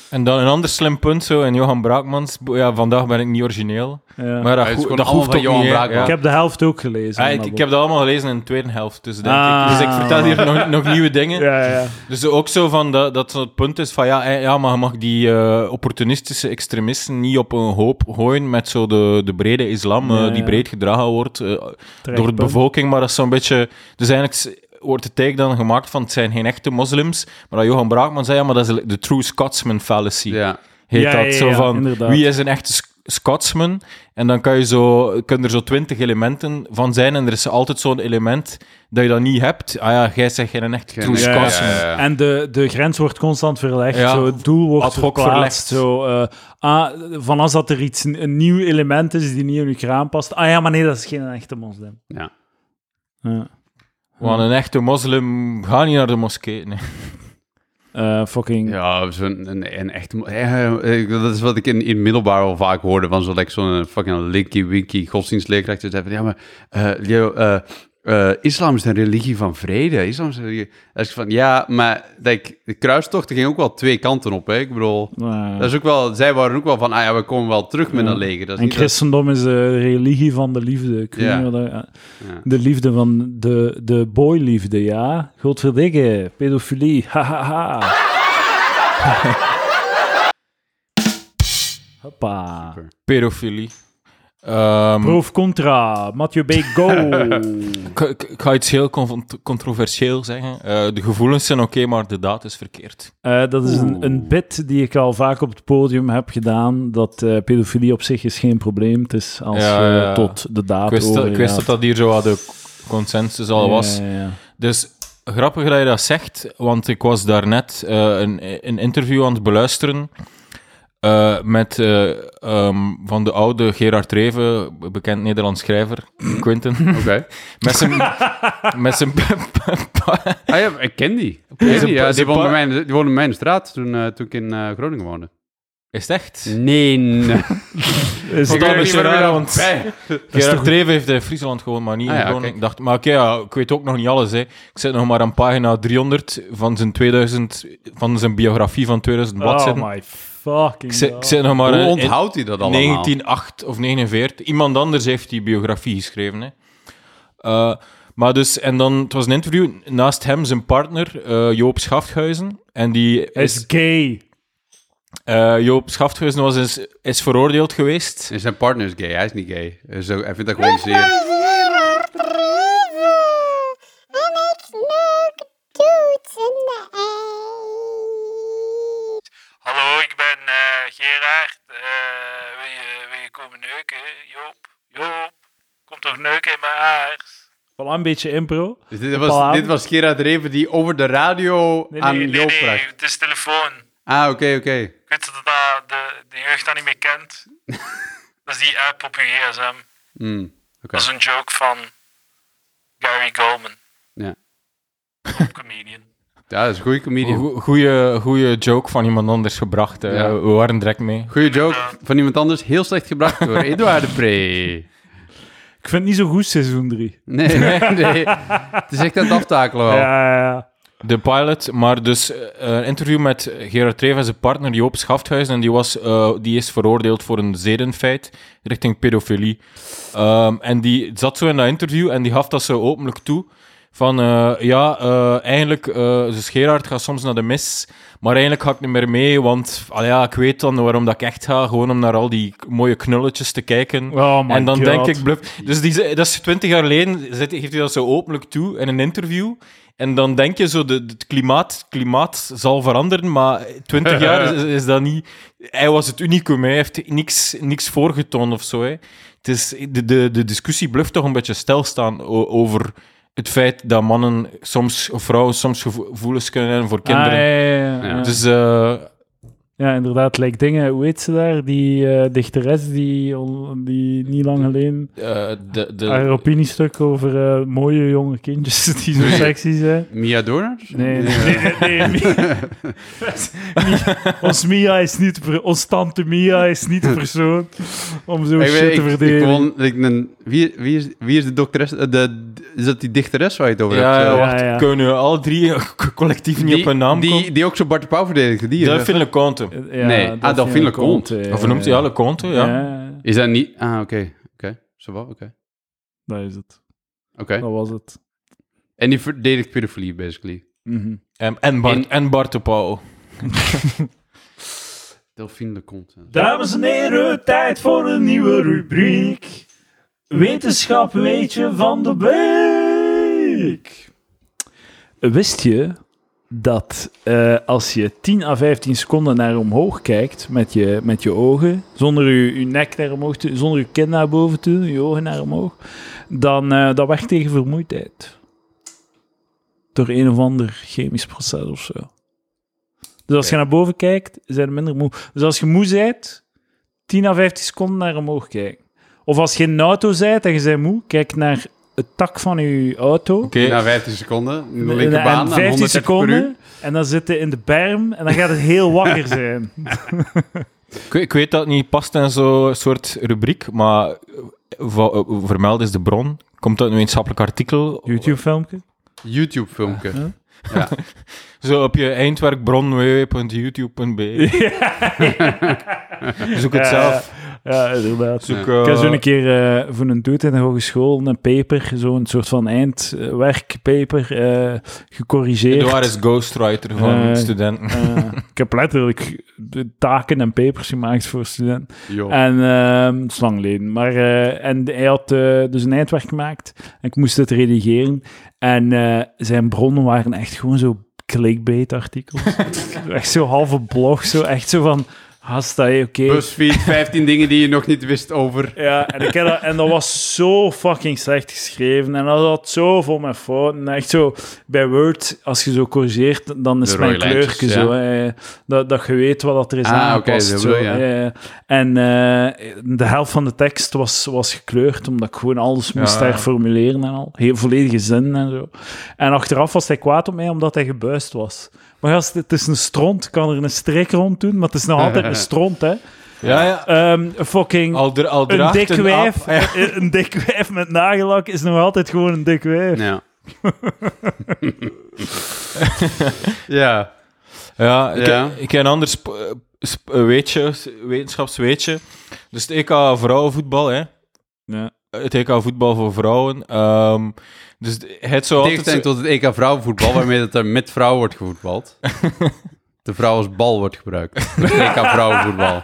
En dan een ander slim punt zo in Johan Braakmans. Ja, vandaag ben ik niet origineel.
Ja.
Maar
het is gewoon
dat
allemaal
hoeft
van
ook
Johan
niet. Hè.
Braakman.
Ik heb de helft ook gelezen.
Ja, ik heb dat allemaal gelezen in de tweede helft. Dus, denk ik. Dus ik
Ah.
vertel hier nog nieuwe dingen.
Ja.
Dus ook zo van dat het punt is van ja, maar je mag die opportunistische extremisten niet op een hoop gooien met zo de brede islam die breed gedragen wordt door de bevolking. Maar dat is zo'n beetje... Dus eigenlijk wordt de take dan gemaakt van het zijn geen echte moslims. Maar dat Johan Braakman zei, maar dat is de true Scotsman fallacy.
Ja.
Heet dat. Zo van,
inderdaad.
wie is een echte Scotsman? En dan kunnen er zo 20 elementen van zijn. En er is altijd zo'n element dat je dat niet hebt. Ah ja, jij zegt geen echte true Scotsman.
Ja.
En de grens wordt constant verlegd.
Ja.
Zo, het doel wordt
Ad hoc
verplaatst. Zo, van als dat er een nieuw element is die niet in je kraan past. Ah ja, maar nee, dat is geen echte moslim.
Ja.
Ja.
Want een echte moslim gaat niet naar de moskee. Nee.
Fucking...
Ja, een echt... dat is wat ik in middelbaar wel vaak hoorde, van zo'n fucking linky-winky godsdienstleerkracht. Die zei van, ja, maar Leo, islam is een religie van vrede. Islam is een religie... Dat is van, ja, maar de kruistochten gingen ook wel twee kanten op, hè. Ik bedoel, dat is ook wel... Zij waren ook wel van, we komen wel terug met een leger. Dat is
en christendom is de religie van de liefde. Ik weet niet wat de liefde van de boyliefde, ja. Godverdikke, pedofilie, hahaha. Hoppa.
Super.
Pedofilie.
Pro of contra, Mathieu B. Go.
Ik ga iets heel controversieel zeggen. De gevoelens zijn oké, maar de daad is verkeerd.
Dat is een bit die ik al vaak op het podium heb gedaan, dat pedofilie op zich is geen probleem. Het is als je tot de daad overgaat.
Ik wist dat hier zo wat de consensus al was.
Ja.
Dus grappig dat je dat zegt, want ik was daarnet een interview aan het beluisteren met van de oude Gerard Reven, bekend Nederlands schrijver, Quentin.
Oké.
Met zijn
Ja, ik ken die. Die woonde in mijn straat toen ik in Groningen woonde.
Is het echt?
Nee.
Is dat een beetje raar, want Gerard Reven heeft in Friesland gewoon, maar niet in Groningen.
Okay.
Ik dacht, maar ik weet ook nog niet alles. Hè. Ik zit nog maar aan pagina 300 van zijn biografie van 2000 bladzijden.
Oh my fucking
Ik zit nog maar
Hoe onthoudt hij dat allemaal?
1908 of 49. Iemand anders heeft die biografie geschreven. Hè. Maar dus, en dan, het was een interview, naast hem zijn partner, Joop Schafthuizen. En die
is gay.
Joop Schafthuizen is veroordeeld geweest.
En zijn partner is gay, hij is niet gay. Dus hij vindt dat gewoon zeer...
Hallo, ik ben Gerard. Wil je komen neuken, Joop? Kom toch neuken in mijn haars? Voilà, een beetje impro.
Dus dit was Gerard Reven die over de radio aan Joop vraagt.
Nee, het is telefoon.
Ah, oké.
Ik weet dat de jeugd dat niet meer kent. Dat is die app op je gsm. Dat is een joke van Gary Goldman.
Ja.
Comedian.
Ja, dat is een goede comedian.
Goeie joke van iemand anders gebracht.
Ja.
We waren direct mee.
Goeie joke van iemand anders, heel slecht gebracht door Edouard de Pre.
Ik vind het niet zo goed, seizoen 3.
Nee. Het is echt aan het aftakelen wel.
Ja.
De pilot, maar dus een interview met Gerard Reven en zijn partner Joop Schafthuizen. En die is veroordeeld voor een zedenfeit richting pedofilie. En die zat zo in dat interview en die gaf dat zo openlijk toe. Van, eigenlijk, dus Gerard gaat soms naar de mis, maar eigenlijk ga ik niet meer mee, want ik weet dan waarom dat ik echt ga, gewoon om naar al die mooie knulletjes te kijken.
Oh my
en dan
God.
denk ik, dus dat is 20 jaar geleden, geeft hij dat zo openlijk toe in een interview. En dan denk je zo, het klimaat zal veranderen, maar 20 jaar is dat niet... Hij was het unicum, hij heeft niks voorgetoond of zo. Hè. Het is, de discussie blijft toch een beetje stilstaan over het feit dat mannen of vrouwen soms gevoelens kunnen hebben voor kinderen.
Ja.
Dus...
Ja, inderdaad. Het lijkt dingen... Hoe heet ze daar? Die dichteres die niet lang geleden... haar opiniestuk over mooie jonge kindjes die zo sexy zijn.
Mia Doorners?
Nee. Ons tante Mia is niet de persoon om zo shit te verdedigen.
Wie is de dokteres? Is dat die dichteres waar je het over hebt?
Ja, wacht.
ja.
Kunnen we alle 3 collectief niet op een naam komen?
Die ook zo Bart de Pauw verdedigde. Die
Delphine Leconte.
Nee, Delphine Leconte.
Of noemt hij Leconte, ja.
Is dat niet... Oké. Zo wel, oké.
Dat is het.
Oké.
Dat was het.
En die verdedigt pedofilie, basically.
Mhm.
En Bart de Pauw.
Delphine Leconte.
Dames en heren, tijd voor een nieuwe rubriek. Wetenschap weet je van de week. Wist je dat als je 10 à 15 seconden naar omhoog kijkt met je ogen, zonder je nek naar omhoog te, zonder je kin naar boven te doen, je ogen naar omhoog, dan dat werkt tegen vermoeidheid. Door een of ander chemisch proces of zo. Dus als je naar boven kijkt, zijn je minder moe. Dus als je moe bent, 10 à 15 seconden naar omhoog kijken. Of als je in een auto bent en je bent moe, kijk naar het tak van je auto.
Oké.
Na 15 seconden, in de linkerbaan,
en
aan
15
130 per uur.
seconden, en dan zit je in de berm en dan gaat het heel wakker zijn.
Ik weet dat het niet past in zo'n soort rubriek, maar vermeld is de bron. Komt uit een wetenschappelijk artikel.
YouTube-filmpje.
YouTube-filmpje.
Ja.
Ja.
Zo op je eindwerkbron www.youtube.be. Zoek het zelf.
Ja, inderdaad.
Zoek,
Ik heb zo een keer voor een doet in de hogeschool een paper, zo'n soort van eindwerkpaper, gecorrigeerd.
Eduard is ghostwriter van studenten.
Ik heb letterlijk taken en papers gemaakt voor studenten.
Jo.
En het is lang geleden. Maar en hij had dus een eindwerk gemaakt en ik moest het redigeren. En zijn bronnen waren echt gewoon zo clickbait-artikels. Echt zo halve blog, zo echt zo van... Hasta, oké.
BuzzFeed, 15 dingen die je nog niet wist over.
Ja, en dat was zo fucking slecht geschreven. En dat had zo vol met fouten. Echt zo, bij Word, als je zo corrigeert, dan is
De
mijn
rode lijntjes,
kleurtje zo. Dat je weet wat er is aangepast.
oké,
zo,
dat bedoel je,
En de helft van de tekst was gekleurd, omdat ik gewoon alles moest
Ja.
herformuleren en al. Heel volledige zin en zo. En achteraf was hij kwaad op mij, omdat hij gebuist was. Maar gast, het is een stront. Ik kan er een streek rond doen, maar het is nog altijd een stront, hè.
Ja.
Fucking...
Al
Een
draagt
dik
een
wijf,
aap-
een dik wijf met nagellak is nog altijd gewoon een dik wijf.
Ja. Ja.
Ja,
Ja.
ik heb een ander wetenschapsweetje. Dus het EK vrouwenvoetbal, hè.
Ja.
Het EK voetbal voor vrouwen. Dus het zo altijd...
Tegenstelling tot het EK vrouwenvoetbal, waarmee dat er met vrouwen wordt gevoetbald. De vrouw als bal wordt gebruikt. Het EK vrouwenvoetbal.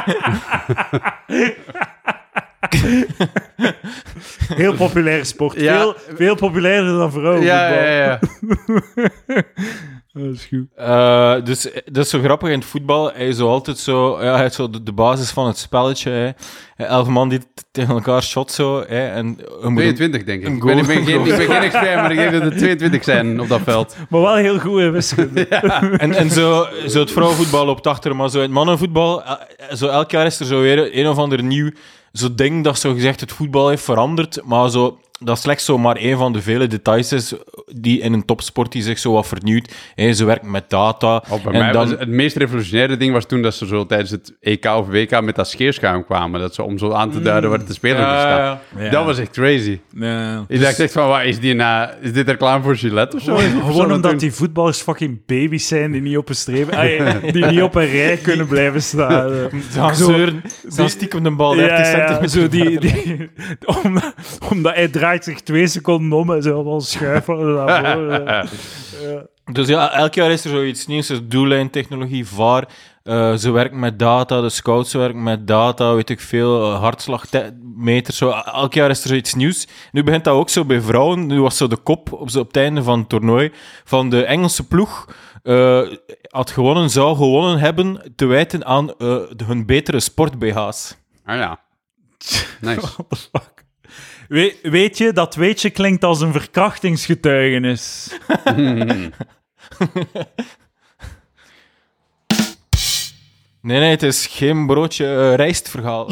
Heel populaire sport.
Ja.
Veel populairder dan vrouwenvoetbal.
Ja.
Dat is goed.
Dus dat is zo grappig in het voetbal. Hij is zo altijd zo... Ja, hij is zo de basis van het spelletje. Hè. 11 man die tegen elkaar shot zo. Hè. En
22, denk ik.
een
Ik ben
goal.
geen expert, maar ik denk dat er 22 zijn op dat veld.
Maar wel heel goed in wiskunde.
En zo het vrouwenvoetbal loopt achter, maar zo het mannenvoetbal, zo elk jaar is er zo weer een of ander nieuw zo ding dat zo gezegd het voetbal heeft veranderd, maar zo, dat slechts zo maar één van de vele details is die in een topsport die zich zo wat vernieuwt. Ze werkt met data.
Bij mij was het meest revolutionaire ding was toen dat ze zo tijdens het EK of WK met dat scheerschuim kwamen. Dat ze om zo aan te duiden waar de speler op staat.
Ja.
Dat was echt crazy.
Ja.
Ik dacht echt van, wat, is dit reclame voor Gillette of zo?
Gewoon omdat die voetballers fucking baby's zijn die niet op een streep... die niet op een rij kunnen blijven staan.
Gaan
Zo-
zeuren, dan stiekem de bal 30 centimeter.
zo omdat hij draait zich 2 seconden om en ze allemaal schuiven naar voren.
Dus ja, elk jaar is er zoiets nieuws. Dus doellijntechnologie, VAR. Ze werken met data, de scouts werken met data, weet ik veel, hartslagmeters. Zo. Elk jaar is er zoiets nieuws. Nu begint dat ook zo bij vrouwen. Nu was zo de kop op het einde van het toernooi van de Engelse ploeg. Zou gewonnen hebben te wijten aan hun betere sport-BH's.
Ah ja. Nice.
What the fuck? Weet je, dat weetje klinkt als een verkrachtingsgetuigenis.
Nee, het is geen broodje rijstverhaal.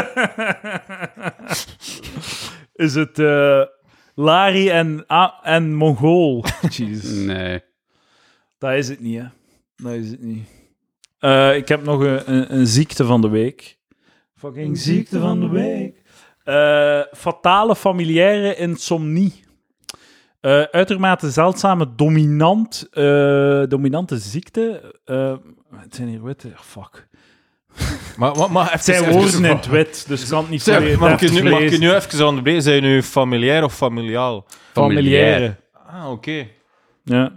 Is het Lari en Mongool? Jezus.
Nee.
Dat is het niet, hè. Dat is het niet. Ik heb nog een ziekte van de week. Fucking ziekte van de week. Fatale familiaire insomnie. Uitermate zeldzame dominante ziekte. Het zijn hier witte... Fuck.
Maar
Het zijn woorden in het wit, dus ik kan het niet volledig
mag je nu
lezen.
even onderbreken? Zijn nu familiair of familiaal?
Familiaire.
Ah, oké.
Ja.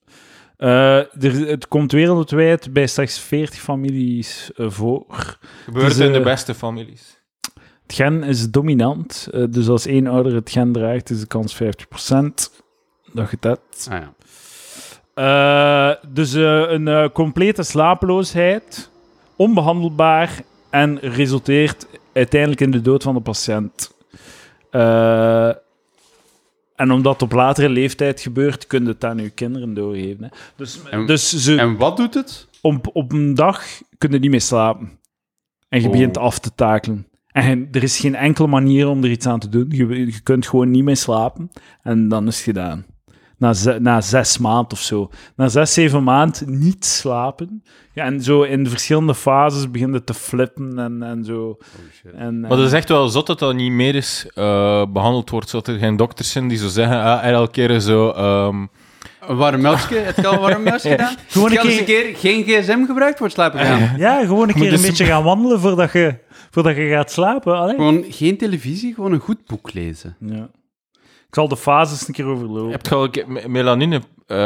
Het komt wereldwijd bij slechts 40 families voor.
Gebeurt
Dus,
in de beste families.
Het gen is dominant, dus als één ouder het gen draagt, is de kans 50% dat je het hebt.
Ah, ja.
Dus een complete slapeloosheid, onbehandelbaar en resulteert uiteindelijk in de dood van de patiënt. En omdat het op latere leeftijd gebeurt, kun je het aan je kinderen doorgeven. Hè.
En wat doet het?
Op een dag kun je niet meer slapen. En je begint af te takelen. En er is geen enkele manier om er iets aan te doen. Je kunt gewoon niet meer slapen. En dan is het gedaan. Na 6 maanden of zo. Na 6, 7 maanden niet slapen. Ja, en zo in de verschillende fases begint het te flippen en zo.
Oh, shit.
Maar dat is echt wel zot dat dat niet meer is behandeld wordt. Zodat er geen dokters zijn die zo zeggen, elke keer zo...
Een warm melkje? Het kan een warm melkje gedaan?
Gewoon
Kan eens een keer geen gsm gebruikt voor het slapen gaan?
Ja, gewoon een keer
dus-
een beetje gaan wandelen voordat je gaat slapen. Allee.
Gewoon geen televisie, gewoon een goed boek lezen.
Ja. Ik zal de fases een keer overlopen.
Je hebt gewoon melanine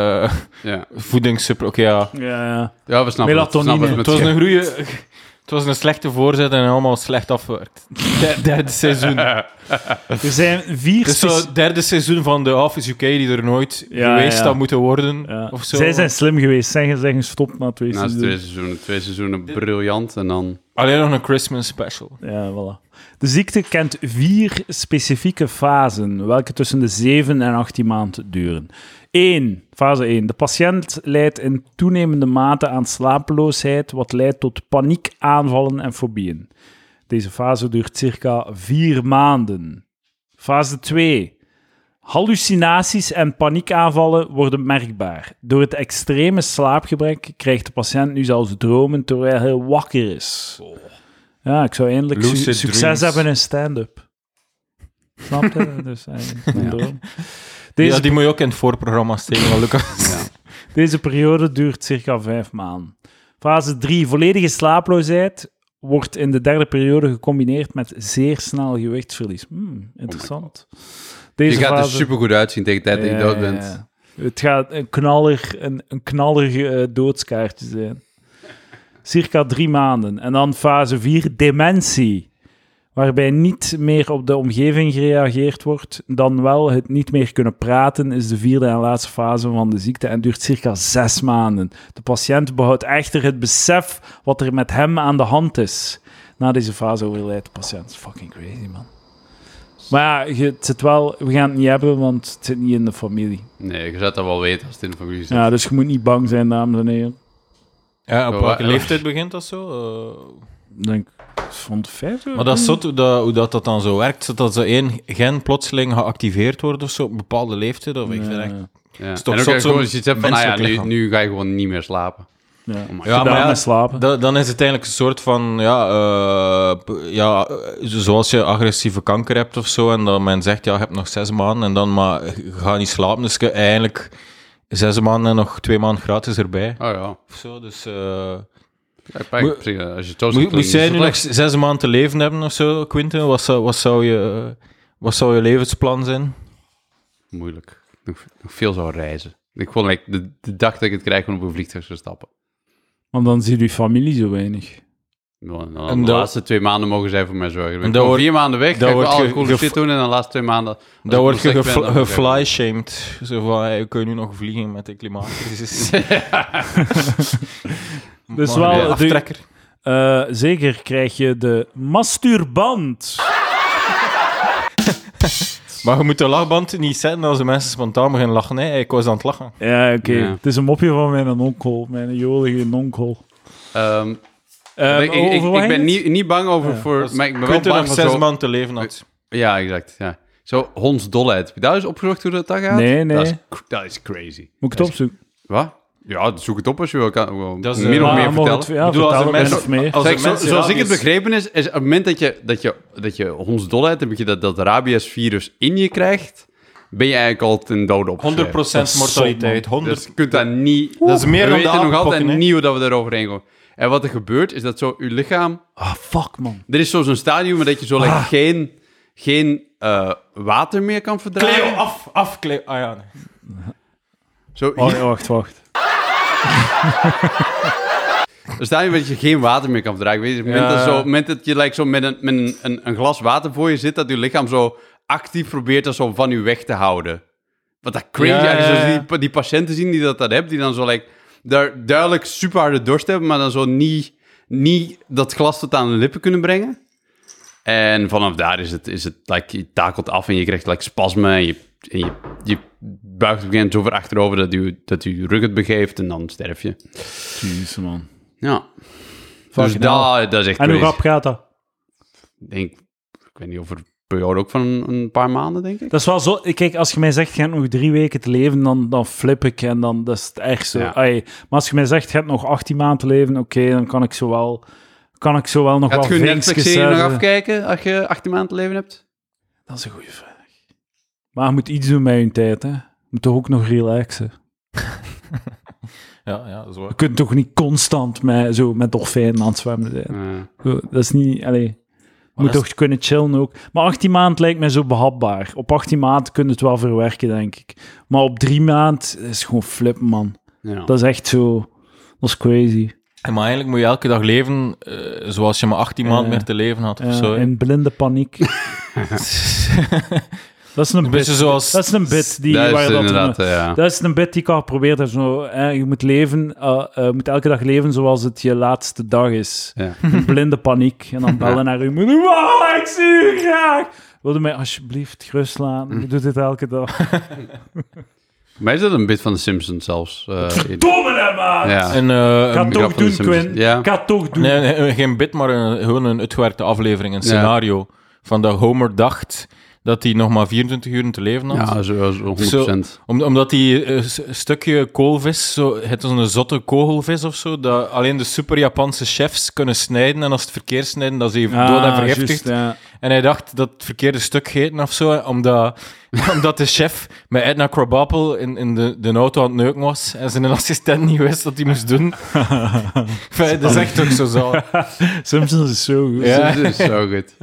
Ja,
voedingssupplement. Oké, ja.
Ja.
ja we snappen
Melatonine.
het.
Het was een goeie... Het was een slechte voorzet en allemaal slecht afgewerkt. Derde seizoen.
Er zijn 4
Het is zo het derde seizoen van The Office UK die er nooit geweest had moeten worden.
Ja.
Of zo.
Zij zijn slim geweest. Zeggen stop na 2
Naast
seizoenen.
2 seizoenen briljant en dan...
Alleen nog een Christmas special.
Ja, voilà. De ziekte kent 4 specifieke fasen, welke tussen de 7 en 18 maanden duren. Fase 1. De patiënt lijdt in toenemende mate aan slapeloosheid, wat leidt tot paniekaanvallen en fobieën. Deze fase duurt circa 4 maanden. Fase 2. Hallucinaties en paniekaanvallen worden merkbaar. Door het extreme slaapgebrek krijgt de patiënt nu zelfs dromen terwijl hij wakker is. Ja, ik zou eindelijk
Lucid
succes
dreams.
hebben in stand-up. Snap je? Dus eigenlijk mijn droom. Deze,
Ja, die moet je ook in het voorprogramma steken, Lucas.
deze periode duurt circa 5 maanden. Fase 3. Volledige slaaploosheid wordt in de derde periode gecombineerd met zeer snel gewichtsverlies. Interessant. Deze
Je gaat er
fase-
supergoed uitzien tegen de tijd dat je dood bent.
Ja. Het gaat een knallig doodskaartje zijn. Circa 3 maanden. En dan fase 4, dementie. Waarbij niet meer op de omgeving gereageerd wordt, dan wel het niet meer kunnen praten, is de 4e en laatste fase van de ziekte en duurt circa 6 maanden. De patiënt behoudt echter het besef wat er met hem aan de hand is. Na deze fase overlijdt de patiënt. Dat is fucking crazy, man. Maar ja, het zit wel, we gaan het niet hebben, want het zit niet in de familie.
Nee, je zou dat wel weten als het in de familie zit.
Ja, dus je moet niet bang zijn, dames en heren.
Ja, op
Zo,
welke
ja.
leeftijd begint dat zo?
Ik denk, van de 50.
Maar dat is zot hoe dat dan zo werkt, zodat zo één gen plotseling geactiveerd wordt of zo op een bepaalde leeftijd. Of ik vind echt...
Ja.
is toch
En ook
zot,
als je gewoon
zo'n
zoiets hebt van, nou ja,
menselijk lichaam.
nu ga je gewoon niet meer slapen.
Ja,
Ja, maar ja,
slapen.
dan is het eigenlijk een soort van, zoals je agressieve kanker hebt of zo, en dan men zegt, ja, je hebt nog 6 maanden, en dan maar je gaat niet slapen, dus je eigenlijk 6 maanden en nog 2 maanden gratis erbij.
Oh ja.
Of zo, dus...
Ja, als je het zo
Moest jij nu nog 6 maanden te leven hebben of zo, Quinten? Wat zou je levensplan zijn?
Moeilijk. Nog veel zou reizen. Ik gewoon de dag dat ik het krijg, gewoon op een vliegtuig zou stappen.
Want dan zie je familie zo weinig.
En
De laatste 2 maanden mogen zij voor mij zorgen. Ik
en
ben
dat
4 maanden weg, ga ik
wordt
alle
ge-
coole shit doen en dan de laatste 2 maanden...
Dan word je
ik ben, dan
gefly-shamed. Zo van, hey, kun je nu nog vliegen met de klimaatcrisis?
Dus
Maar,
wel,
aftrekker.
zeker krijg je de masturband.
Maar je moet de lachband niet zetten als de mensen spontaan beginnen lachen. Hè. Ik was aan het lachen.
Ja, oké.
Ja.
Het is een mopje van mijn onkel, mijn jolige onkel.
Ik ben niet bang over
Ja,
voor... Maar ik ben wel
Quinten
bang
nog
voor
6
zo...
maanden te leven had.
Ja, exact. Ja. Zo hondsdolheid. Heb je daar eens opgezocht hoe dat gaat?
Nee.
Dat is crazy.
Moet ik het opzoeken?
Wat? Ja, zoek het op als je wil. Kan
Dat is,
min of
maar
meer
mogen
vertellen.
Ja,
Ik bedoel, als
vertel
er
het
mensen-
nog meer.
als-
Kijk,
mensen
zoals ik het
rabies-
begrepen is op het moment dat je hondsdolheid, heb je dat rabiesvirus in je krijgt, ben je eigenlijk al ten dode
100%
opgeschreven.
mortaliteit. 100.
Dus je kunt dat niet...
Dat is meer
we
dan de
weten nog altijd
apenpokken, hè.
niet hoe dat we daaroverheen gaan. En wat er gebeurt, is dat zo je lichaam...
Ah, fuck, man.
Er is zo'n stadium waar dat je zo geen water meer kan verdragen.
Cleo, af, Cleo. Ah ja, nee.
Zo,
Wacht.
een stadium waar je geen water meer kan verdragen. Weet je, op het moment dat je zo met een glas water voor je zit, dat je lichaam zo actief probeert dat zo van je weg te houden. Wat dat crazy is, als die patiënten zien die dat hebben, die dan zo daar duidelijk super harde dorst hebben, maar dan zo niet dat glas tot aan de lippen kunnen brengen. En vanaf daar is het je takelt af en je krijgt spasmen en je buigt op een gegeven moment zo ver achterover dat je rug het begeeft en dan sterf je.
Jezus, man.
Ja. Dus dat is echt
En hoe
crazy.
rap gaat dat?
Ik weet niet, over een periode ook van een paar maanden, denk ik.
Dat is wel zo... Kijk, als je mij zegt, je hebt nog 3 weken te leven, dan flip ik en dan dat is het echt zo.
Ja.
Maar als je mij zegt, je hebt nog 18 maanden te leven, oké, dan kan ik zo wel nog
Gaat
wat
je
vinkjes
Netflix-serie nog
zetten.
afkijken als je 18 maanden te leven hebt?
Dat is een goede vraag. Maar je moet iets doen met je tijd, hè. Je moet toch ook nog relaxen.
Ja, dat is waar.
Je kunt toch niet constant met dolfijnen aan het zwemmen zijn. Zo, dat is niet... Je moet toch kunnen chillen ook. Maar 18 maanden lijkt mij zo behapbaar. Op 18 maanden kun je het wel verwerken, denk ik. Maar op 3 maanden is het gewoon flippen, man.
Ja.
Dat is echt zo... Dat is crazy.
Maar eigenlijk moet je elke dag leven zoals je maar 18 maanden meer te leven had. Of zo, hè.
In blinde paniek. Dat is een bit.
Zoals...
Dat is een bit die...
Dat is
waar dat
inderdaad, ja.
Dat is een bit die ik al geprobeerd heb. Zo, je moet leven, moet elke dag leven zoals het je laatste dag is.
Ja.
In blinde paniek. En dan bellen naar u. Wow, ik zie u graag. Wilde mij alsjeblieft gerust laten? Je doet dit elke dag.
Maar is dat een bit van de Simpsons zelfs?
Domme hè, man!
Ja.
En,
Ik ga het toch
grap van de
doen,
Simpsons.
Quinn.
Ja.
Ik ga het toch doen.
nee, geen bit, maar gewoon een uitgewerkte aflevering, een scenario. Van dat Homer dacht dat hij nog maar 24 uur te leven had.
Ja, zo 100%.
Zo, omdat die stukje koolvis, het is een zotte kogelvis of zo, dat alleen de super Japanse chefs kunnen snijden en als het verkeerd snijden, dat ze even dood en vergiftigd.
Juist, ja.
En hij dacht dat het verkeerde stuk gegeten of zo, omdat de chef met Edna Krabappel in de auto aan het neuken was en zijn assistent niet wist wat hij moest doen. Enfin, dat is echt ook zo zalig.
Simpsons is zo goed.
Ja.
Dat is zo goed.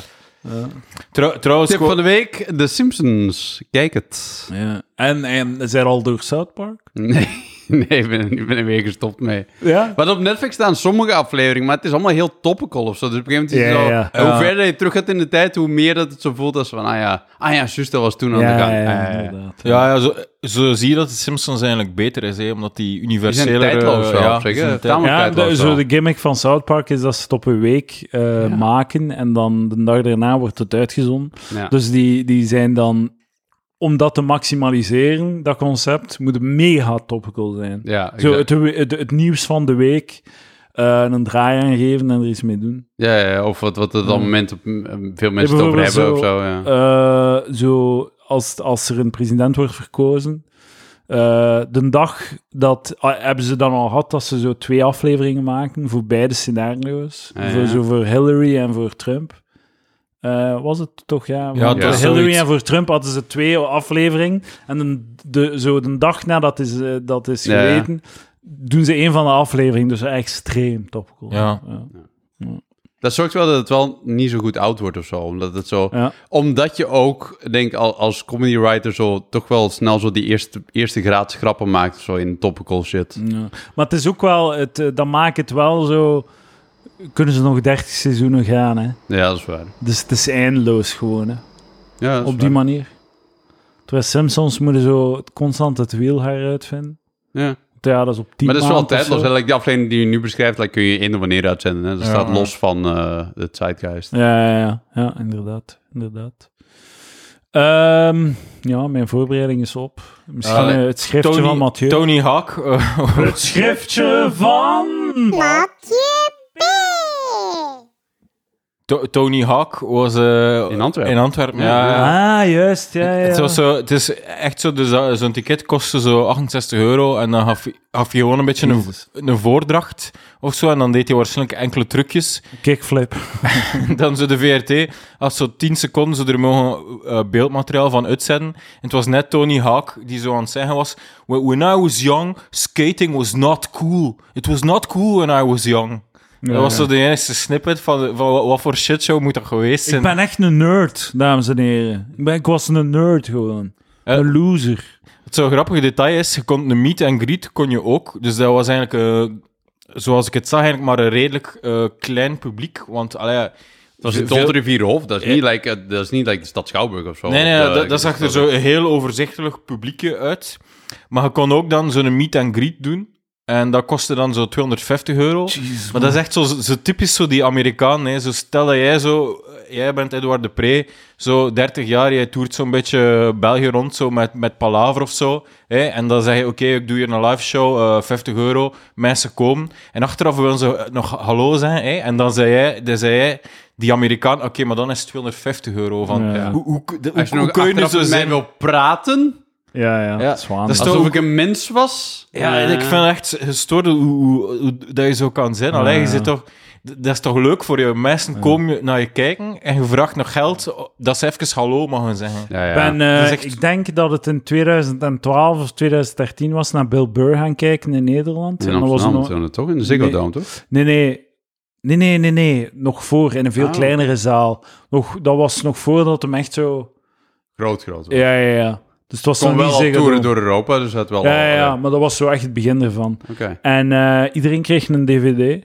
Trouwens,
Tip van de week, The Simpsons. Kijk het.
Ja. En zijn al door South Park?
Nee, ik ben er weer gestopt mee.
Ja.
Maar op Netflix staan sommige afleveringen, maar het is allemaal heel topical of zo. Dus op een gegeven moment is het zo... Hoe verder je terug gaat in de tijd, hoe meer dat het zo voelt als van... juist, dat was toen aan de gang.
inderdaad.
Ja, zo zie je dat de Simpsons eigenlijk beter is, hè, omdat die universele...
Die zijn tijdloos wel, zeg, hè? Tamelijk tijdloos wel.
De gimmick van South Park is dat ze het op een week maken en dan de dag daarna wordt het uitgezonden.
Ja.
Dus die zijn dan... Om dat te maximaliseren, dat concept, moet mega topical zijn.
Ja,
Zo
exact.
het nieuws van de week een draai aan geven en er iets mee doen.
Ja, of wat er op dat moment veel mensen het over hebben
zo,
of zo. Ja.
Zo als er een president wordt verkozen, de dag dat hebben ze dan al gehad dat ze zo 2 afleveringen maken voor beide scenario's. Voor Hillary en voor Trump. Was het toch, ja?
Ja,
Voor Hillary en voor Trump hadden ze 2 afleveringen. En de dag nadat dat is geweten, doen ze 1 van de afleveringen. Dus extreem topical.
Ja.
Dat zorgt wel dat het wel niet zo goed oud wordt of zo. Omdat het zo...
Ja.
Omdat je ook, denk als comedy writer zo toch wel snel zo die eerste graad grappen maakt of zo in topical shit.
Ja. Maar het is ook wel... dat maakt het wel zo... Kunnen ze nog 30 seizoenen gaan, hè?
Ja, dat is waar.
Dus het is eindeloos gewoon, hè?
Ja, dat is
Op die
waar.
manier. Terwijl Simpsons moeten zo constant het wiel heruitvinden.
Ja.
Ja, dat is op 10
Maar dat is wel
maanden of
tijdloos.
zo.
Hè? Like die aflevering die je nu beschrijft, like, kun je in of wanneer uitzenden. Hè? Dat staat los van de zeitgeist.
Ja, inderdaad. Ja, mijn voorbereiding is op. Misschien het schriftje van Mathieu.
Tony Hawk.
Het schriftje van...
Mathieu B.
Tony Hawk was
In Antwerpen.
In Antwerpen,
Ja.
ja.
Ah, juist, ja.
Het was zo, het is echt zo, dus, zo'n ticket kostte zo €68 en dan gaf je gewoon een beetje een voordracht of zo en dan deed hij waarschijnlijk enkele trucjes.
Kickflip.
Dan zo de VRT had zo 10 seconden zo er mogen beeldmateriaal van uitzetten. En het was net Tony Hawk die zo aan het zeggen was When I was young, skating was not cool. It was not cool when I was young. Dat was zo de enige snippet van wat voor shitshow moet dat geweest zijn.
Ik ben echt een nerd, dames en heren. Ik was een nerd gewoon. Een loser.
Het zo'n grappige detail is, je kon een meet and greet kon je ook. Dus dat was eigenlijk, zoals ik het zag, eigenlijk maar een redelijk klein publiek. Want,
dat was in Tolderivierhof. Dat is niet like de stad Schouwburg of zo.
Nee, dat zag er zo een heel overzichtelijk publiekje uit. Maar je kon ook dan zo'n meet and greet doen. En dat kostte dan zo €250.
Jeez,
maar dat is echt zo typisch zo die Amerikaan. Hè. Zo stel dat jij bent Edouard Depree, zo 30 jaar, jij toert zo'n beetje België rond zo met Palaver of zo. Hè. En dan zeg je, oké, ik doe hier een live show, €50, mensen komen. En achteraf willen ze nog hallo zeggen. Hè. En dan zei jij, die Amerikaan, oké, maar dan is het €250. Van,
Ja.
Hoe
Als je nog
kun je nu
achteraf
zo
met mij
zijn?
wil praten,
Ja. Dat is waanzinnig.
Dat is
alsof ik een mens was.
Ja, ik vind het echt gestoord hoe dat je zo kan zijn. Allee, je zit toch, dat is toch leuk voor je. Mensen komen naar je kijken en je vraagt nog geld dat ze even hallo mogen zeggen.
Ja.
Ik denk dat het in 2012 of 2013 was naar Bill Burr gaan kijken in Nederland.
In
En dat was
Amsterdam, toch? In de Ziggo Dome, toch?
Nee. Nog voor, in een veel kleinere zaal. Dat was nog voordat hem echt zo...
Groot.
Ja. Dus het was
Kon
nog
wel
niet
al
Ziggo
toeren
Dome.
door Europa, dus dat wel...
Ja, maar dat was zo echt het begin ervan.
Oké.
En iedereen kreeg een DVD.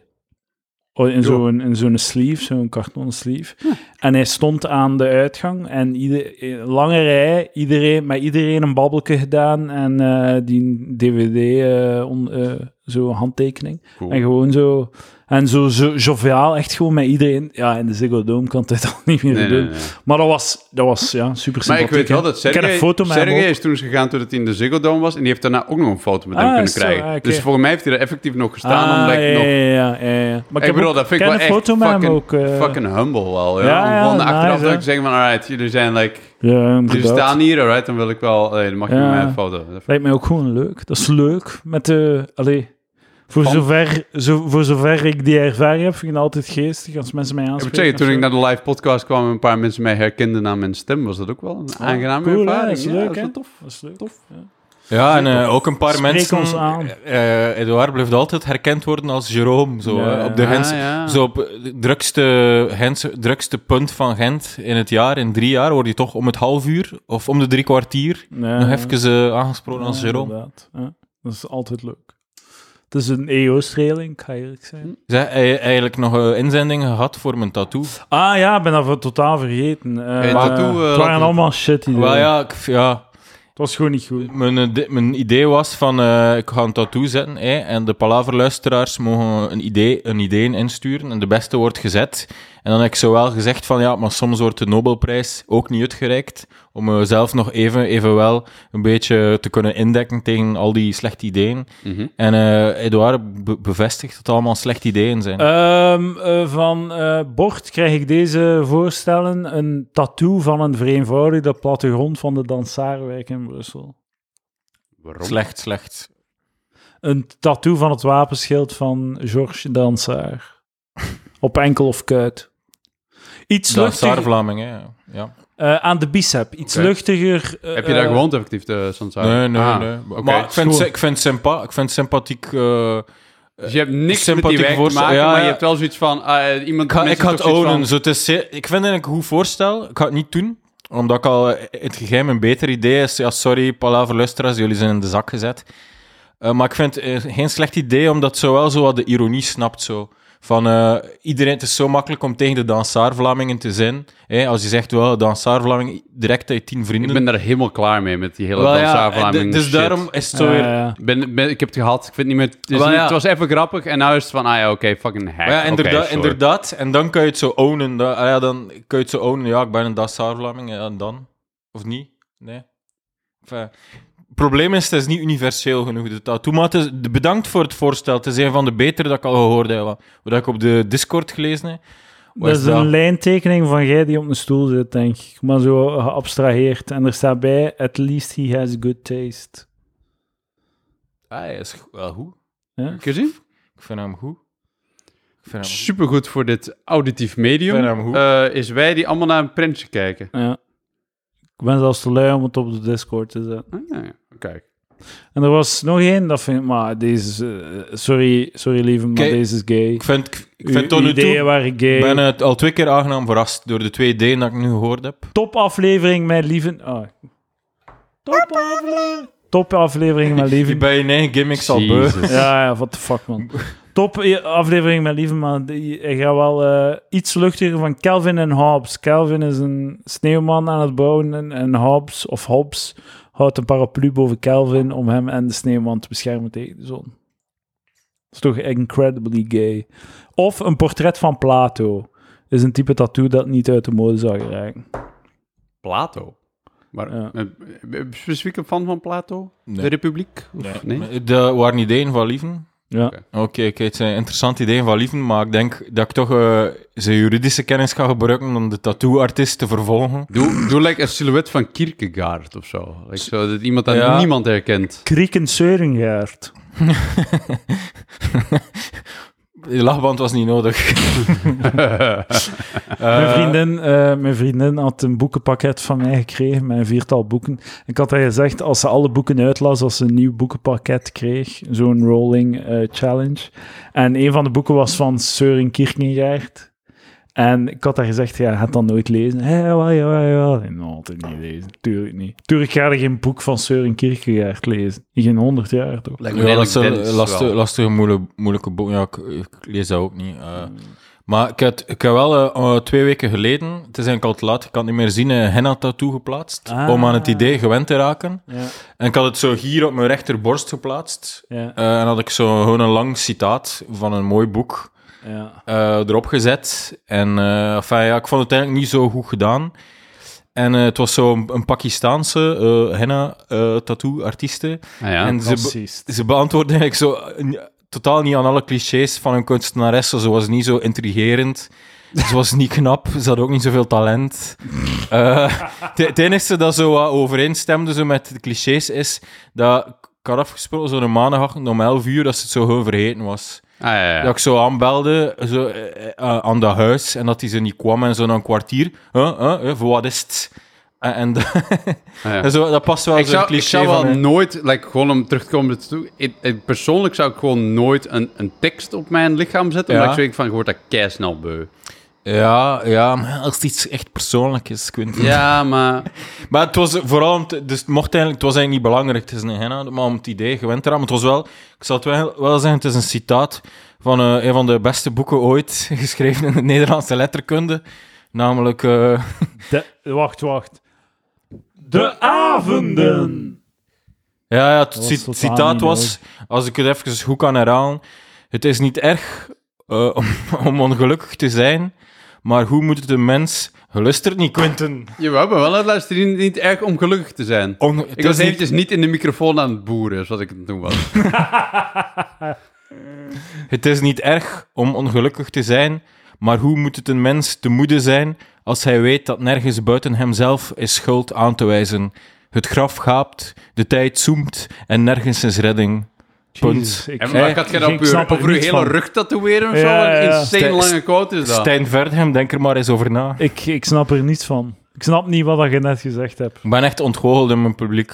In zo'n sleeve, zo'n kartonnen sleeve. En hij stond aan de uitgang. En lange rij, iedereen een babbelke gedaan. En die DVD, zo handtekening.
Cool.
En gewoon zo... En zo joviaal, echt gewoon met iedereen. Ja, in de Ziggo Dome kan het al niet meer doen. Nee. Maar dat was super sympathiek.
Maar ik weet wel dat Sergej is toen eens gegaan toen het in de Ziggo Dome was. En die heeft daarna ook nog een foto met hem kunnen krijgen.
Okay.
Dus volgens mij heeft hij er effectief nog gestaan.
Ja. Maar ik bedoel,
dat vind ik wel echt fucking humble wel. Ja? Om gewoon achteraf dat ik zeg van, alright, jullie zijn like... jullie staan hier, alright, dan wil ik wel... dan mag je met mij een foto.
Lijkt mij ook gewoon leuk. Dat is leuk. Met de... Voor zover ik die ervaring heb, vind ik het altijd geestig als mensen mij aanspreken.
Ik moet zeggen, toen ik naar de live podcast kwam en een paar mensen mij herkenden aan mijn stem, was dat ook wel een aangename ervaring.
Dat is leuk,
dat is
hè?
tof.
Dat is leuk.
Tof.
Ja, en ook een paar mensen...
ons aan.
Edouard blijft altijd herkend worden als Jerome. Zo, op de Gens, zo op het drukste punt van Gent in het jaar, in 3 jaar, word je toch om het half uur of om de 3 kwartier nog even aangesproken als Jerome.
Inderdaad. Ja, dat is altijd leuk. Het is een EO-streling, ik ga eerlijk zijn.
Zeg, heb je eigenlijk nog inzendingen gehad voor mijn tattoo?
Ah ja, ik ben dat totaal vergeten. Het waren allemaal shit ideeën.
Wel ja,
het was gewoon niet goed.
Mijn idee was van, ik ga een tattoo zetten en de palaverluisteraars mogen een idee insturen en de beste wordt gezet. En dan heb ik zo wel gezegd van, ja, maar soms wordt de Nobelprijs ook niet uitgereikt, om zelf nog evenwel een beetje te kunnen indekken tegen al die slechte ideeën. Mm-hmm. En Edouard bevestigt dat het allemaal slechte ideeën zijn.
Van Bord krijg ik deze voorstellen. Een tattoo van een vereenvoudigde plattegrond van de Dansaarwijk in Brussel.
Waarom?
Slecht.
Een tattoo van het wapenschild van Georges Dansaar. Op enkel of kuit. Iets luchtiger.
Vlaming, hè? Ja.
Aan de bicep. Iets luchtiger.
Heb je daar gewoond, effectief, de Sansaar?
Nee. Okay. Maar ik vind het sympathiek...
Dus je hebt niks met die werk te maken, maar je hebt wel zoiets van... iemand
ik ga het ownen. Ik vind het eigenlijk een goed voorstel. Ik ga het niet doen, omdat ik al het geheim een beter idee is. Ja, sorry, palaverluisteraars, jullie zijn in de zak gezet. Maar ik vind het geen slecht idee, omdat zo wel zo wat de ironie snapt, zo. Van iedereen, het is zo makkelijk om tegen de Dansaar-Vlamingen te zijn. Als je zegt, wel, Dansaar-Vlaming, direct uit 10 vrienden.
Ik ben daar helemaal klaar mee, met die hele Dansaar-Vlaming
dus
shit.
daarom is het zo weer...
Ik heb het gehad, ik vind het niet meer... Het was even grappig, en nu is het van, fucking hack.
Ja, inderdaad. En dan kan je het zo ownen. Dan kan je het zo ownen, ja, ik ben een Dansaar-Vlaming, en dan? Of niet? Nee. Het probleem is, het is niet universeel genoeg. Bedankt voor het voorstel. Het is een van de betere dat ik al gehoord heb. Wat ik op de Discord gelezen heb.
Dat is een lijntekening van jij die op een stoel zit, denk ik. Maar zo geabstraheerd. En er staat bij, at least he has good taste.
Hij is wel goed.
Ja?
Kun je zien?
Ik vind hem goed.
Supergoed voor dit auditief medium.
Ik vind hem goed.
Is wij die allemaal naar een prentje kijken.
Ja. Ik ben zelfs te lui om het op de Discord te zetten.
Ja. Kijk.
En er was nog één, dat vind ik... Maar deze is... sorry lieve, maar deze is gay.
Ik vind tot nu toe...
waren gay.
Ik ben het al 2 keer aangenaam verrast door de 2 ideeën dat ik nu gehoord heb.
Topaflevering met lieve... Topaflevering met lieve...
Je bij je eigen gimmicks al beu.
Ja, what the fuck, man. Topaflevering met lieve, maar ik ga wel iets luchtiger van Calvin en Hobbes. Calvin is een sneeuwman aan het bouwen en Hobbes houdt een paraplu boven Calvin om hem en de sneeuwman te beschermen tegen de zon. Dat is toch incredibly gay. Of een portret van Plato. Is een type tattoo dat niet uit de mode zou geraken.
Plato? Maar specifiek een fan van Plato?
Nee.
De Republiek? Of, nee?
Dat waren ideeën van Lieven.
Ja.
Oké, het zijn interessante ideeën van Lieven, maar ik denk dat ik toch zijn juridische kennis ga gebruiken om de tattoo-artiest te vervolgen.
Doe like een silhouet van Kierkegaard of zo. Like zo dat iemand dat niemand herkent.
Krieken Seuringaard.
De lachband was niet nodig.
Mijn vriendin had een boekenpakket van mij gekregen met een 4-tal boeken. Ik had haar gezegd, als ze alle boeken uitlas, als ze een nieuw boekenpakket kreeg, zo'n rolling challenge. En een van de boeken was van Søren Kierkegaard. En ik had haar gezegd, ja, gaat dat nooit lezen? Ja. Nee, altijd niet lezen. Tuurlijk niet. Tuurlijk ga je geen boek van Søren Kierkegaard lezen. In geen 100 jaar, toch?
Ja, dat is een lastige, moeilijke boek. Ja, ik lees dat ook niet. Maar ik heb wel 2 weken geleden, het is eigenlijk al te laat, ik kan het niet meer zien, een henna-tattoo geplaatst, om aan het idee gewend te raken. Ja. En ik had het zo hier op mijn rechterborst geplaatst. Ja. En had ik zo gewoon een lang citaat van een mooi boek erop gezet. En ik vond het eigenlijk niet zo goed gedaan. En het was zo een Pakistaanse henna-tattoo-artieste. En ze beantwoordde eigenlijk zo... totaal niet aan alle clichés van een kunstenares. Ze was niet zo intrigerend. Ze was niet knap. Ze had ook niet zoveel talent. Het enige dat zo wat overeenstemde zo met de clichés is dat ik had afgesproken zo'n maandag om 11 uur dat ze het zo gewoon vergeten was. Dat ik zo aanbelde zo, aan dat huis en dat hij ze niet kwam en zo na een kwartier. Voor wat is het? En zo, dat past wel zo'n cliché.
Ik zou wel nooit, gewoon om terug te komen toe, persoonlijk zou ik gewoon nooit een tekst op mijn lichaam zetten, omdat ik zo denk van, je wordt dat keisnel beu.
Ja, maar als het iets echt persoonlijk is, Quinten.
Ja, maar...
Maar het was vooral, dus het was eigenlijk niet belangrijk, het is een henna, maar om het idee gewend te raken. Maar het was wel, ik zal het wel zeggen, het is een citaat van een van de beste boeken ooit, geschreven in de Nederlandse letterkunde, namelijk...
Wacht. De avonden.
Ja, het citaat was, als ik het even goed kan herhalen, het is niet erg om ongelukkig te zijn, maar hoe moet het een mens... Je luistert niet, Quinten.
Jawel, maar wel het luisteren niet erg om gelukkig te zijn. Ik was eventjes niet in de microfoon aan het boeren, zoals ik het toen was.
Het is niet erg om ongelukkig te zijn, maar hoe moet het een mens te moede zijn als hij weet dat nergens buiten hemzelf is schuld aan te wijzen? Het graf gaapt, de tijd zoemt en nergens is redding. Punt.
Maar had je dat over je hele rug tatoeëren of zo? Een insane lange quote is dat.
Stijn Verdegem, denk er maar eens over na.
Ik snap er niets van. Ik snap niet wat je net gezegd hebt.
Ik ben echt ontgoocheld in mijn publiek.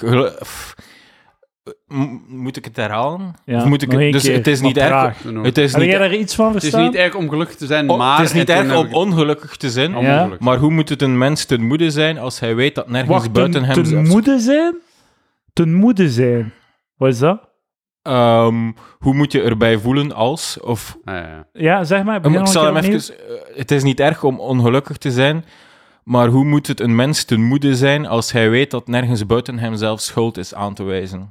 Moet ik het herhalen?
Ja,
of moet ik
het?
Dus het is niet erg.
Heb jij daar iets van verstaan?
Het is niet erg om gelukkig te zijn, maar...
Het is niet erg om ongelukkig te zijn, maar hoe moet het een mens ten moede zijn als hij weet dat nergens buiten hem...
Ten moede zijn? Ten moede zijn? Wat is dat?
Hoe moet je erbij voelen als... Of...
Ja, zeg maar.
Ik zal hem even... Het is niet erg om ongelukkig te zijn, maar hoe moet het een mens ten moede zijn als hij weet dat nergens buiten hemzelf schuld is aan te wijzen?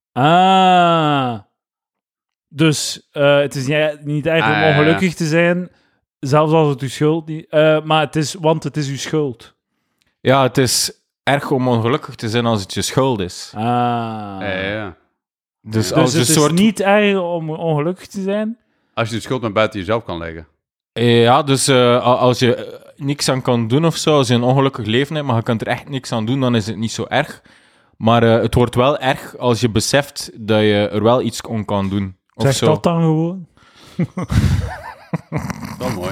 Dus het is niet erg om ongelukkig te zijn, zelfs als het uw schuld niet... maar want het is uw schuld.
Ja, het is erg om ongelukkig te zijn als het je schuld is. Dus
het is niet erg om ongelukkig te zijn?
Als je de schuld maar buiten jezelf kan leggen.
Ja, dus als je niks aan kan doen of zo, als je een ongelukkig leven hebt, maar je kunt er echt niks aan doen, dan is het niet zo erg. Maar het wordt wel erg als je beseft dat je er wel iets aan kan doen. Of
Zeg
zo.
dat dan gewoon.
Dat is mooi.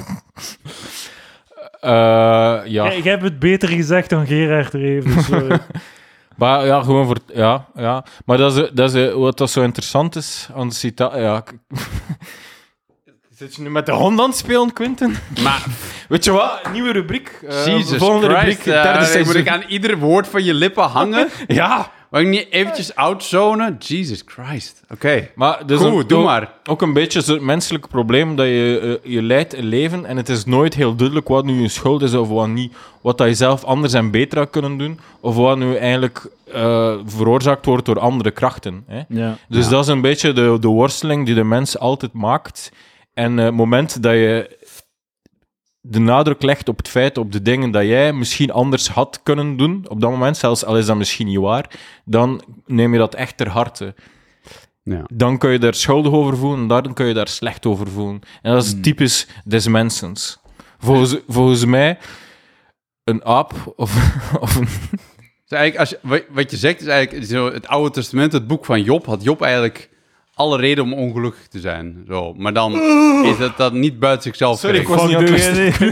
Ja.
Ik heb het beter gezegd dan Gerard er heeft, dus sorry.
Maar ja, gewoon voor... Ja. Maar dat is wat dat zo interessant is aan de citaat... Ja, zit je nu met de hond aan het spelen, Quinten?
Maar,
Weet je wat? Nieuwe rubriek.
Jesus
volgende
Christ.
rubriek, derde
Moet
seizoen.
ik aan ieder woord van je lippen hangen?
Ja.
Mag ik niet eventjes outzonen? Jesus Christ. Oké.
Maar dus
Goed, doe maar.
Ook een beetje het menselijke probleem dat je leidt een leven en het is nooit heel duidelijk wat nu je schuld is of wat niet. Wat dat je zelf anders en beter had kunnen doen of wat nu eigenlijk veroorzaakt wordt door andere krachten. Hè?
Ja.
Dus dat is een beetje de worsteling die de mens altijd maakt. En het moment dat je de nadruk legt op het feit, op de dingen dat jij misschien anders had kunnen doen, op dat moment, zelfs al is dat misschien niet waar, dan neem je dat echt ter harte.
Ja.
Dan kun je daar schuldig over voelen en dan kun je daar slecht over voelen. En dat is typisch des mensens. Volgens mij, een aap of een...
Dus eigenlijk, wat je zegt is eigenlijk zo het Oude Testament, het boek van Job, had Job eigenlijk alle reden om ongelukkig te zijn. Zo. Maar dan is dat niet buiten zichzelf.
Sorry, ik
gericht.
was niet aan het luisteren.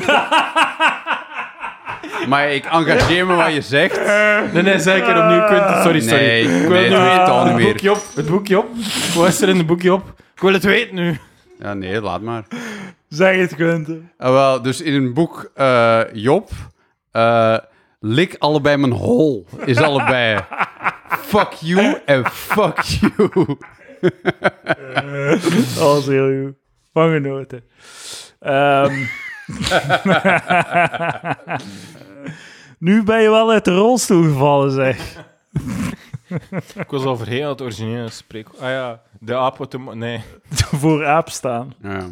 Maar ik engageer me wat je zegt.
Nee, zeg ik er opnieuw, Quinten. Sorry.
Nee,
Ik wil
nee,
nu
dat weet ik al niet meer.
Het boekje op. Wat is er in het boekje op? Ik wil het weten nu.
Ja, nee, laat maar.
Zeg het, Quinten.
Wel, dus in een boek Job, lik allebei mijn hol, is allebei fuck you en fuck you.
Dat was heel goed. Van genoten. Nu ben je wel uit de rolstoel gevallen, zeg.
Ik was al vergeten dat het originele spreek. Ah ja, de aap wat de... Nee.
Voor aap staan.
Ja.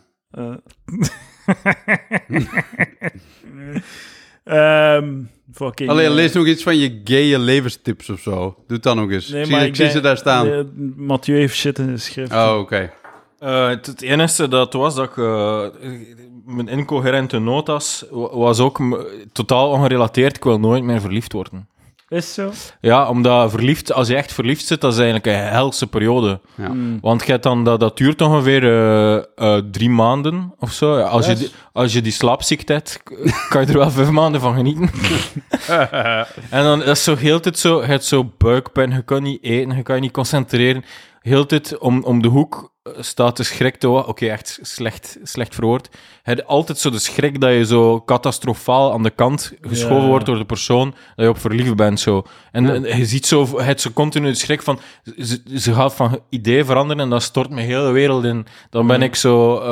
Fucking...
Alleen lees nog iets van je gaye levenstips of zo. Doe het dan nog eens. Ik zie ze daar staan.
Mathieu heeft shit in de schrift.
Oh, oké.
Het enige dat was dat ik... mijn incoherente notas was ook totaal ongerelateerd. Ik wil nooit meer verliefd worden.
Is zo?
Ja, omdat als je echt verliefd zit, dat is eigenlijk een helse periode.
Ja.
Want je hebt dan, dat duurt ongeveer 3 maanden of zo. Ja, als je die slaapziekte hebt, kan je er wel 5 maanden van genieten. En dan is zo heel tijd zo, je hebt zo buikpijn, je kan niet eten, je kan je niet concentreren. Heel tijd om de hoek staat de schrik te... Oké, echt slecht verwoord. Je hebt altijd zo de schrik dat je zo catastrofaal aan de kant geschoven wordt door de persoon, dat je op verliefd bent. Zo. En je ziet zo, je hebt zo continu de schrik van... Ze gaat van idee veranderen en dat stort mijn hele wereld in. Dan ben ik zo...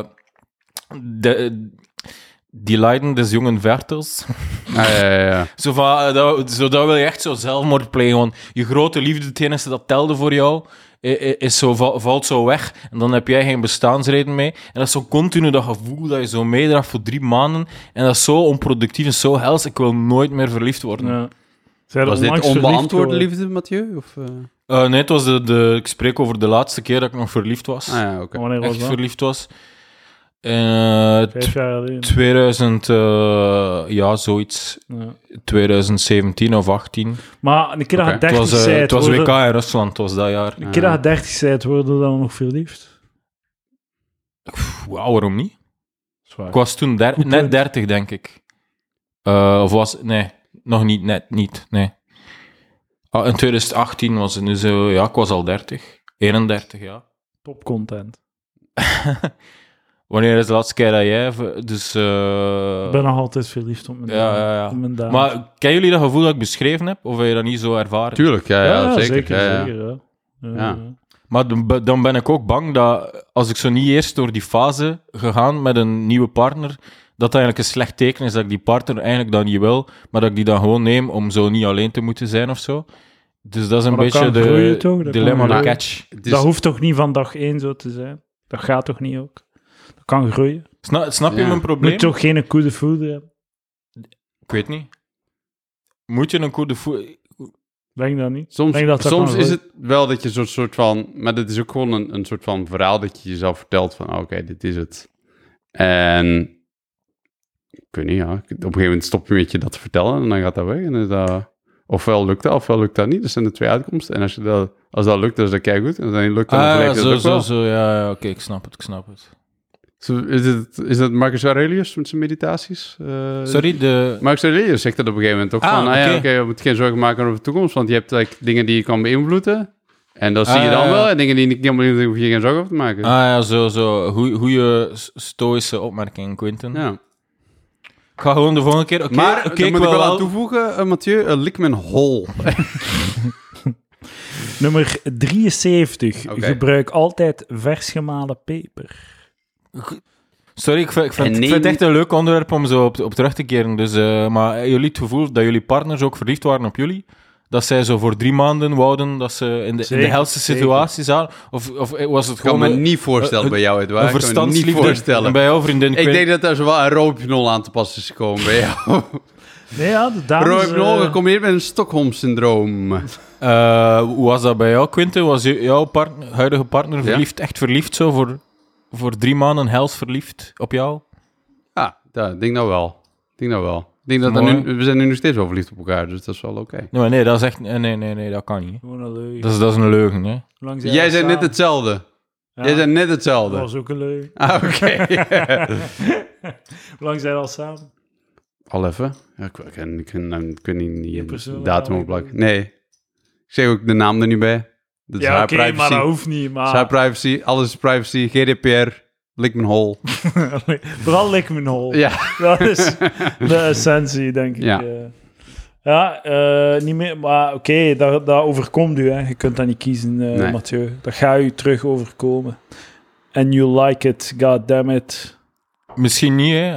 die lijden des jongen Werthers.
Ja.
Zo dat wil je echt zo zelfmoord plegen. Want je grote liefde, het enige dat telde voor jou, valt zo weg. En dan heb jij geen bestaansreden mee. En dat is zo continu dat gevoel dat je zo meedraagt voor 3 maanden. En dat is zo onproductief en zo hels. Ik wil nooit meer verliefd worden.
Ja.
Was dit onbeantwoorde liefde, Mathieu? Of,
Nee, het was ik spreek over de laatste keer dat ik nog verliefd was.
Ah ja, oké.
Wanneer was
Echt
dat?
verliefd was.
5 jaar geleden.
2000, ja, zoiets.
Ja.
2017 of 18.
Maar een keer dat je
Oké.
30 zei,
Het was WK in Rusland, was dat jaar.
Een keer dat je 30 zei, worden dan nog verliefd?
Wauw, waarom niet?
Zwaar.
Ik was toen
Goed
net
punt.
30, denk ik. Of was... Nee, nog niet, net niet, nee. In 2018 was het nu zo... Ja, ik was al 30. 31, ja.
Top content.
Wanneer is de laatste keer dat jij... Dus...
Ik ben nog altijd verliefd op mijn
Ja.
op mijn dames.
Maar kennen jullie dat gevoel dat ik beschreven heb? Of heb je dat niet zo ervaren?
Tuurlijk, ja, zeker. Ja.
Ja.
Ja.
Maar dan ben ik ook bang dat als ik zo niet eerst door die fase gegaan met een nieuwe partner, dat eigenlijk een slecht teken is dat ik die partner eigenlijk dan niet wil, maar dat ik die dan gewoon neem om zo niet alleen te moeten zijn of zo. Dus dat is een
Maar dat
beetje
kan groeien, toch? Dat
dilemma,
kan
de
groeien.
catch.
Dat hoeft toch niet van dag 1 zo te zijn? Dat gaat toch niet ook? Dat kan groeien.
Snap je
Ja.
mijn
Je
probleem?
moet toch geen goede voeder hebben?
Ik weet niet. Moet je een goede
Denk dat niet.
Soms,
Denk dat dat
soms
kan
is
groeien.
het wel dat je zo'n soort van... Maar het is ook gewoon een soort van verhaal dat je jezelf vertelt van... Oké, dit is het. En Ik weet niet, ja. Op een gegeven moment stop je met je dat te vertellen en dan gaat dat weg. En is dat... Ofwel lukt dat, ofwel lukt dat niet. Dat zijn de 2 uitkomsten. En als dat lukt, dan is dat keigoed. En als dat niet lukt, dan blijkt het ook wel.
Ja, oké, ik snap het.
Zo, is dat Marcus Aurelius met zijn meditaties?
Sorry,
Marcus Aurelius zegt dat op een gegeven moment ook van... Oké, je moet geen zorgen maken over de toekomst, want je hebt dingen die je kan beïnvloeden. En dat zie je dan wel. En dingen die je niet kan beïnvloeden, hoef je geen zorgen over te maken.
Zo. Goeie stoïsche opmerking, Quentin.
Ja.
Ik ga gewoon de volgende keer...
Maar, dan moet ik wel aan toevoegen, Mathieu, Lickman Hall.
Nummer 73.
Okay.
Gebruik altijd vers gemalen peper.
Sorry, ik vind het echt een leuk onderwerp om zo op terug te keren. Dus, maar jullie het gevoel dat jullie partners ook verliefd waren op jullie? Dat zij zo voor 3 maanden wouden dat ze in de helse situatie zaten? Of was het gewoon...
Ik kan me niet voorstellen bij jou, Edouard.
Een verstandsliefde. En bij jou, vriendin...
Ik denk dat daar zo wel een roodpinol aan te passen is gekomen bij jou.
Nee, ja, de dames...
Roodpinol gecombineerd met een Stockholm-syndroom.
Hoe was dat bij jou, Quinten? Was jouw huidige partner echt verliefd zo voor 3 maanden hels verliefd op jou?
Ja, ik denk dat wel. Ik denk dat we zijn nu nog steeds wel verliefd op elkaar, dus dat is wel oké.
Nee, dat is echt... Nee, dat kan niet.
Gewoon een leugen.
Dat is een leugen, hè.
Jij zei net hetzelfde.
Ja.
Jij zei net hetzelfde.
Dat was ook een leugen.
Ah, oké.
Hoe lang zijn we al samen?
Al even. Ja, ik kan niet
persoonlijk
datum
al
opplakken. Nee. Ik zeg ook de naam er niet bij. Dat is haar privacy.
Maar dat hoeft niet. Maar...
Haar privacy, alles is privacy. GDPR, Lickman Hall.
Vooral Lickman Hall.
Ja.
Dat is de essentie, denk ik.
Ja.
Niet meer. Maar oké, dat overkomt u. Hè. Je kunt dat niet kiezen,
Nee.
Mathieu. Dat gaat u terug overkomen. And you like it, goddammit.
Misschien niet, hè.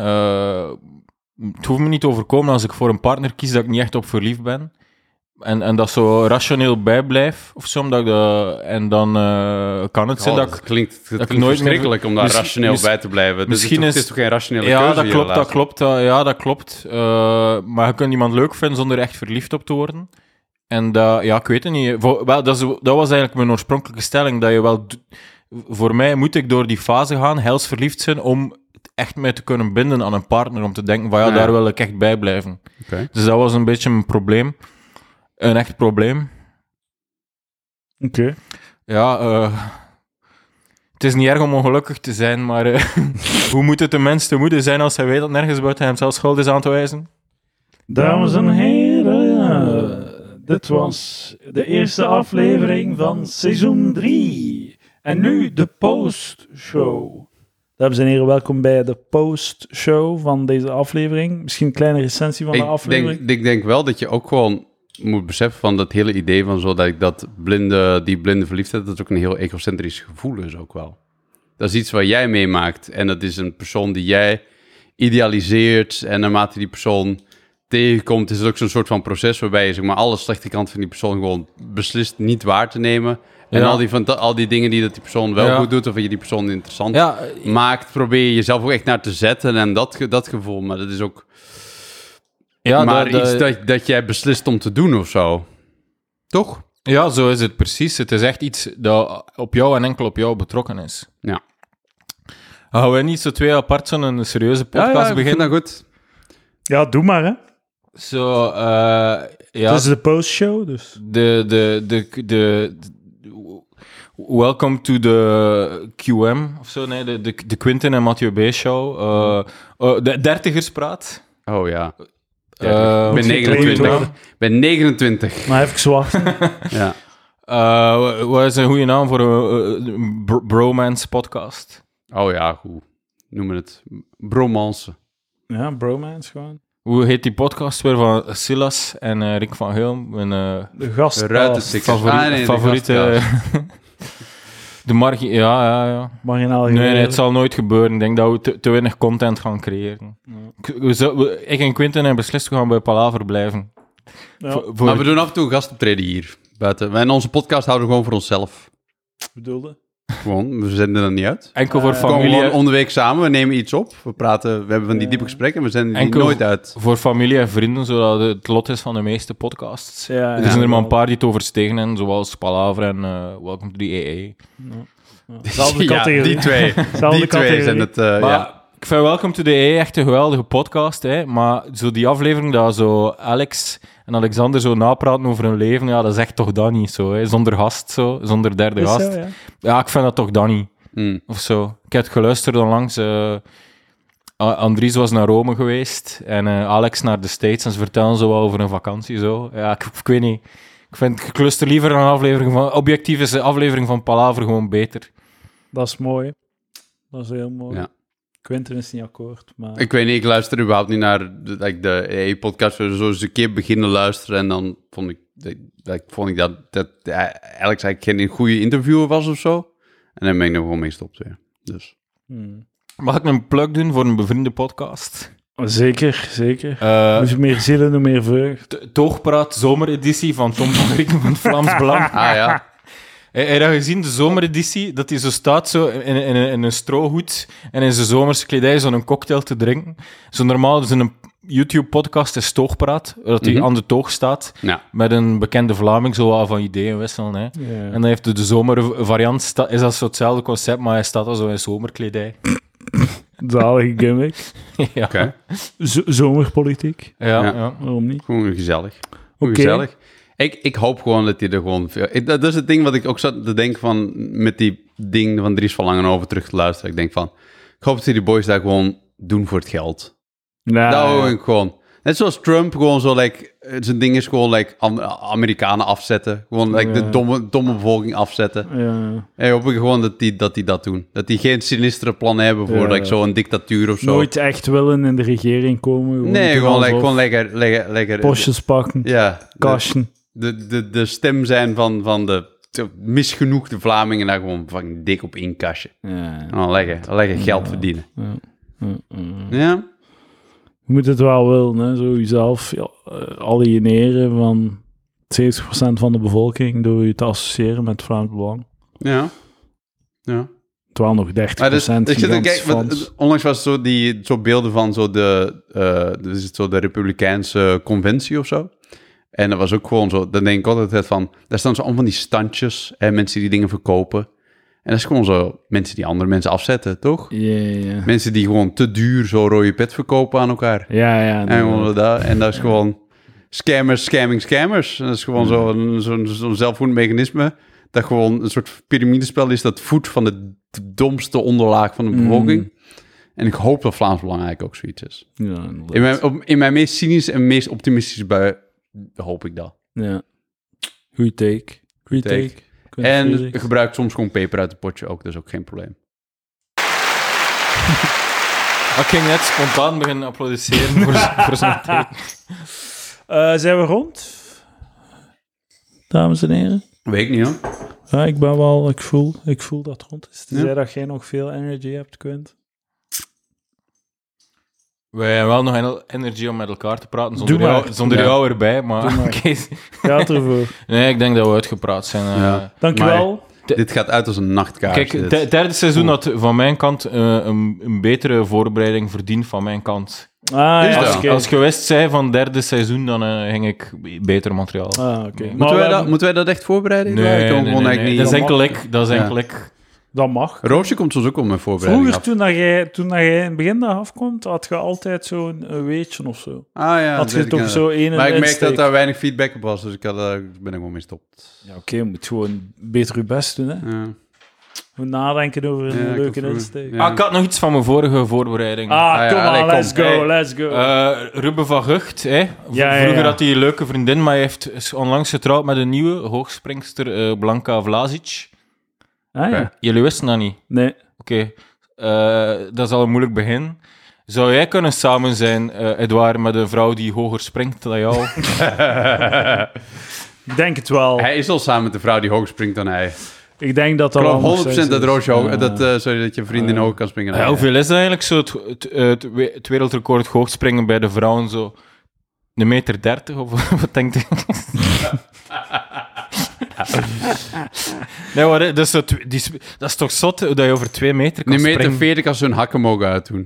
Het hoeft me niet te overkomen als ik voor een partner kies dat ik niet echt op verliefd ben. En dat zo rationeel bijblijf, of zo, omdat ik dat... En dan kan het zijn dat ik...
Het klinkt
nooit
verschrikkelijk om daar rationeel bij te blijven.
Misschien
het is toch geen rationele
ja,
keuze?
Dat klopt. Maar je kunt iemand leuk vinden zonder echt verliefd op te worden. En ik weet het niet. Dat was eigenlijk mijn oorspronkelijke stelling, dat je wel... Voor mij moet ik door die fase gaan, hels verliefd zijn, om echt mij te kunnen binden aan een partner, om te denken van daar wil ik echt bij blijven.
Okay.
Dus dat was een beetje een probleem. Een echt probleem.
Oké.
Ja, het is niet erg om ongelukkig te zijn, maar hoe moet het de mens te moede zijn als hij weet dat nergens buiten hem zelf schuld is aan te wijzen?
Dames en heren, dit was de eerste aflevering van seizoen 3. En nu de postshow. Dames en heren, welkom bij de postshow van deze aflevering. Misschien een kleine recensie van de aflevering.
Ik denk wel dat je ook gewoon moet beseffen van dat hele idee van zo dat ik die blinde verliefdheid, dat is ook een heel egocentrisch gevoel is ook wel. Dat is iets wat jij meemaakt en dat is een persoon die jij idealiseert en naarmate die persoon tegenkomt, is het ook zo'n soort van proces waarbij je zeg maar alle slechte kanten van die persoon gewoon beslist niet waar te nemen. En al die dingen die die persoon wel goed doet, of je die persoon interessant maakt, probeer je jezelf ook echt naar te zetten en dat gevoel. Maar dat is ook iets dat jij beslist om te doen of zo. Toch?
Ja, zo is het precies. Het is echt iets dat op jou en enkel op jou betrokken is.
Ja.
Gaan we niet zo 2 apart zo'n serieuze podcast beginnen?
Ik vind dat goed.
Ja, doe maar, hè.
Zo,
Het is de postshow, dus.
Welcome to the QM, of zo, nee, de Quinten en Mathieu B. show. De dertigerspraat.
Oh ja. Ik ben 29.
Maar even wachten.
Ja.
Wat is een goede naam voor een bromance podcast?
Oh ja, goed. Noem het bromance.
Ja, bromance gewoon.
Hoe heet die podcast weer van Silas en Rick van Heel?
De gast.
Favoriete... De ja.
Marginaal.
Nee, het zal nooit gebeuren. Ik denk dat we te weinig content gaan creëren. Ja. Ik en Quinten hebben beslist, we gaan bij Palaver blijven.
Ja.
Maar we doen af en toe een gastoptreden hier buiten. Wij in onze podcast houden gewoon voor onszelf.
Bedoelde?
Gewoon, we zenden er niet uit.
Enkel voor
We
familie.
komen gewoon om de week samen, we nemen iets op. We praten, we hebben van die diepe gesprekken en we zenden die nooit uit.
Voor familie en vrienden, zodat het lot is van de meeste podcasts.
Ja,
er zijn er maar een paar die het overstegen hebben, zoals Palaver en Welcome to the EE.
Zelfde categorie.
Die twee zijn het.
Maar ik Ik vind Welcome to the EE echt een geweldige podcast, hè. Maar zo die aflevering dat zo Alex en Alexander zo napraten over hun leven, ja, dat is echt toch dat niet zo, hè. Zonder gast, zo. Zonder derde
Is
gast.
zo, ja.
Ja, ik vind dat toch dat niet. Of zo. Ik heb het geluisterd onlangs. Andries was naar Rome geweest en Alex naar de States en ze vertellen zo wel over een vakantie. Zo. Ja, ik weet niet. Ik luister liever naar een aflevering van... Objectief is de aflevering van Palaver gewoon beter.
Dat is mooi. Dat is heel mooi.
Ja.
Quentin is niet akkoord, maar...
Ik weet niet, ik luister überhaupt niet naar de EE-podcast. We zo eens een keer beginnen luisteren en dan vond ik dat Alex eigenlijk geen goede interviewer was of zo. En dan ben ik er gewoon mee gestopt weer. Dus.
Mag ik een plug doen voor een bevriende podcast?
Zeker. Dus meer zielen, hoe meer vreugd.
Toogpraat zomereditie van Tom van Rieken van het Vlaams Belang.
Ah ja.
Heb je dat gezien, de zomereditie? Dat hij zo staat zo in een strohoed en in zijn zomerse kledij zo'n cocktail te drinken. Zo normaal, dus in een YouTube-podcast is Toogpraat, dat hij aan de toog staat met een bekende Vlaming, zo wat van ideeën wisselen. Hè.
Ja.
En dan heeft de zomervariant, is dat zo hetzelfde concept, maar hij staat al zo in zomerkledij.
Zalige gimmick.
Ja.
Oké.
Zomerpolitiek.
Ja.
Waarom niet?
Gewoon gezellig.
Oké.
Gezellig. Ik hoop gewoon dat hij er gewoon veel... Dat is het ding wat ik ook zat te denken van... Met die ding van Dries van Langenhoven terug te luisteren. Ik denk van... Ik hoop dat die boys daar gewoon doen voor het geld.
Nou,
Dat hoor ik gewoon. Net zoals Trump gewoon zo... zijn ding is gewoon Amerikanen afzetten. Gewoon de domme bevolking afzetten.
Ja.
En hoop ik gewoon dat die dat doen. Dat die geen sinistere plannen hebben voor zo'n dictatuur of zo.
Nooit echt willen in de regering komen.
Gewoon lekker...
Postjes pakken.
Ja.
Kastje.
De stem zijn van de misgenoegde Vlamingen daar gewoon fucking dik op inkastje.
Ja.
En dan lekker geld verdienen. Ja?
Je moet het wel willen, hè? Zo jezelf alieneren van 70% van de bevolking door je te associëren met Vlaams Belang.
Ja.
Terwijl nog 30%
onlangs was het zo beelden van de Republikeinse conventie of zo. En dat was ook gewoon zo, dan denk ik altijd van, daar staan zo allemaal van die standjes en mensen die dingen verkopen. En dat is gewoon zo, mensen die andere mensen afzetten, toch?
Ja.
Mensen die gewoon te duur zo rode pet verkopen aan elkaar.
Ja.
En dat is gewoon scammers. En dat is gewoon zo'n zelfvoedend mechanisme, dat gewoon een soort piramidespel is dat voedt van de domste onderlaag van de bevolking. En ik hoop dat Vlaams Belang eigenlijk ook zoiets is.
Ja,
in mijn meest cynische en meest optimistische bui hoop ik dat.
Ja. Goeie take.
En gebruik soms gewoon peper uit het potje ook, dat is ook geen probleem.
Ik ging net spontaan beginnen applaudisseren voor zo'n take.
Zijn we rond? Dames en heren?
Weet ik niet, hoor.
Ja, ik ben wel... Ik voel dat het rond is. Tenzij
Ja.
dat jij nog veel energy hebt, Quint.
Wij hebben wel nog energie om met elkaar te praten,
Doe
zonder
maar.
jou erbij, maar...
Doe maar.
Oké.
Gaat ervoor.
Nee, ik denk dat we uitgepraat zijn.
Ja.
Dankjewel.
Dit gaat uit als een nachtkaars.
Kijk, het derde seizoen had van mijn kant een betere voorbereiding verdiend van mijn kant.
Ah,
Is
ja,
dat?
oké.
Als je wist zei van derde seizoen, dan ging ik beter materiaal.
Ah, oké.
Moeten wij dat echt voorbereiden?
Nee,
Gewoon eigenlijk niet.
Dat is enkel
mag.
ik. Dat is enkel ik.
Dat mag.
Roosje komt soms ook om mijn voorbereiding
Vroeger, toen dat jij in het begin dag afkomt, had je altijd zo'n weetje of zo.
Ah ja.
Had je
dat
toch
ik,
zo één
maar ik merk
insteek.
dat daar weinig feedback op was, dus ik ben er gewoon mee gestopt.
Ja, oké, je moet gewoon beter je best doen, hè.
Ja.
Je moet nadenken over een
Ja, ik
leuke
hoef-
insteek.
ja.
Ik had nog iets van mijn vorige voorbereiding.
ja,
Kom
allee,
on,
kom.
let's go,
Hey.
let's go.
Ruben van Gucht, hè.
Ja,
Vroeger
ja.
had hij een leuke vriendin, maar hij is onlangs getrouwd met een nieuwe hoogspringster, Blanka Vlasic.
Ja.
Jullie wisten dat niet?
Nee.
Oké. Dat is al een moeilijk begin. Zou jij kunnen samen zijn, Edouard, met een vrouw die hoger springt dan jou?
Ik denk het wel.
Hij is al samen met de vrouw die hoger springt dan hij.
Ik denk dat
Ik
dat
geloof
wel
100% dat Roosje hoger,
Ja.
dat je vriendin hoger kan springen dan
Ja,
hij.
hoeveel is dat eigenlijk zo? Het wereldrecord hoogspringen bij de vrouwen zo 1,30 meter of wat denkt je? Nee, maar dat is, dat is toch zot dat je over 2 meter kan
1,40
springen?
meter als ze hun hakken mogen uitdoen.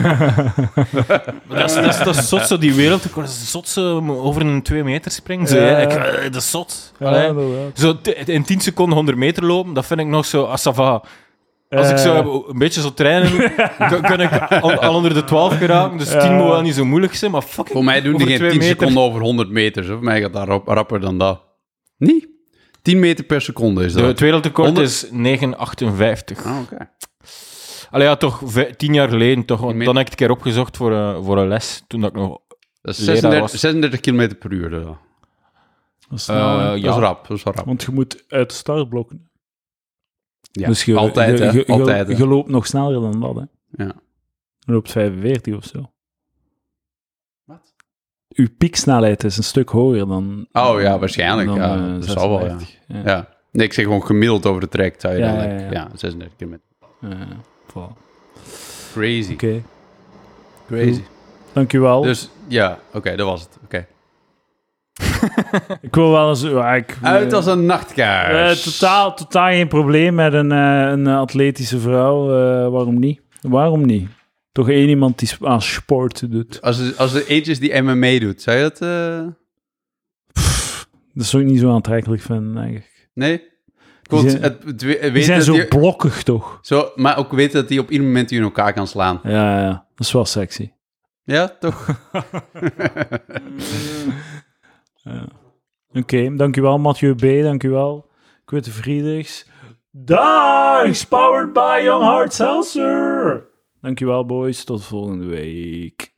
Maar dat is zot, zo die wereldrecord. Dat is zot, zo over een 2 meter springen. Zo,
Ja.
hè. Dat is zot.
Ja,
Allee.
inderdaad.
Zo in 10 seconden 100 meter lopen, dat vind ik nog zo, ça va. Als ik zo een beetje zo trainen, kan ik al onder de 12 geraken. Dus 10 moet wel niet zo moeilijk zijn, maar fucking...
Voor mij doen die
over
geen
2
10
meter.
seconden over 100 meter. Voor mij gaat dat rapper dan dat. Niet? 10 meter per seconde is dat.
Het wereldrecord
100
is 9,58.
Ah, oké.
Allee, ja, toch 10 jaar geleden. Toch,
meter.
dan heb ik het een keer opgezocht voor een les, toen dat ik nog...
Dat is
leraar was.
36 km per uur. Dat
Dat is snel, hè.
is rap. Dat is wel rap.
Want je moet uit de startblokken.
Ja,
Dus je,
altijd, hè. Altijd, hè.
je loopt nog sneller dan dat, hè.
Ja.
Je loopt 45 of zo.
Wat?
Uw pieksnelheid is een stuk hoger dan...
Oh ja, waarschijnlijk.
dan,
Ja, dat zal wel, ja.
56. Ja.
Ja. Nee, ik zeg gewoon gemiddeld over de trek. Zou je
Ja,
dan,
ja.
ja, 36 km.
Voilà.
Crazy.
Oké.
Crazy.
Dankjewel.
Dus ja, oké, dat was het. Oké.
Ik wil wel eens...
Uit als een nachtkaars.
Totaal geen probleem met een atletische vrouw. Waarom niet? Waarom niet? Toch één iemand die aan sport doet.
Als er eentje is die MMA doet, zou je dat...
Dat zou ik niet zo aantrekkelijk vinden, eigenlijk.
Nee? Ik
Die
wil
zijn-
weten
Die zijn
dat
zo
die-
blokkig, toch?
zo, maar ook weten dat die op ieder moment in elkaar kan slaan.
Ja. Dat is wel sexy.
Ja, toch?
Oké, dankjewel Mathieu B. Dankjewel Quitte Friedrichs. Dags! Powered by Young Heart Seltzer! Dankjewel boys, tot volgende week.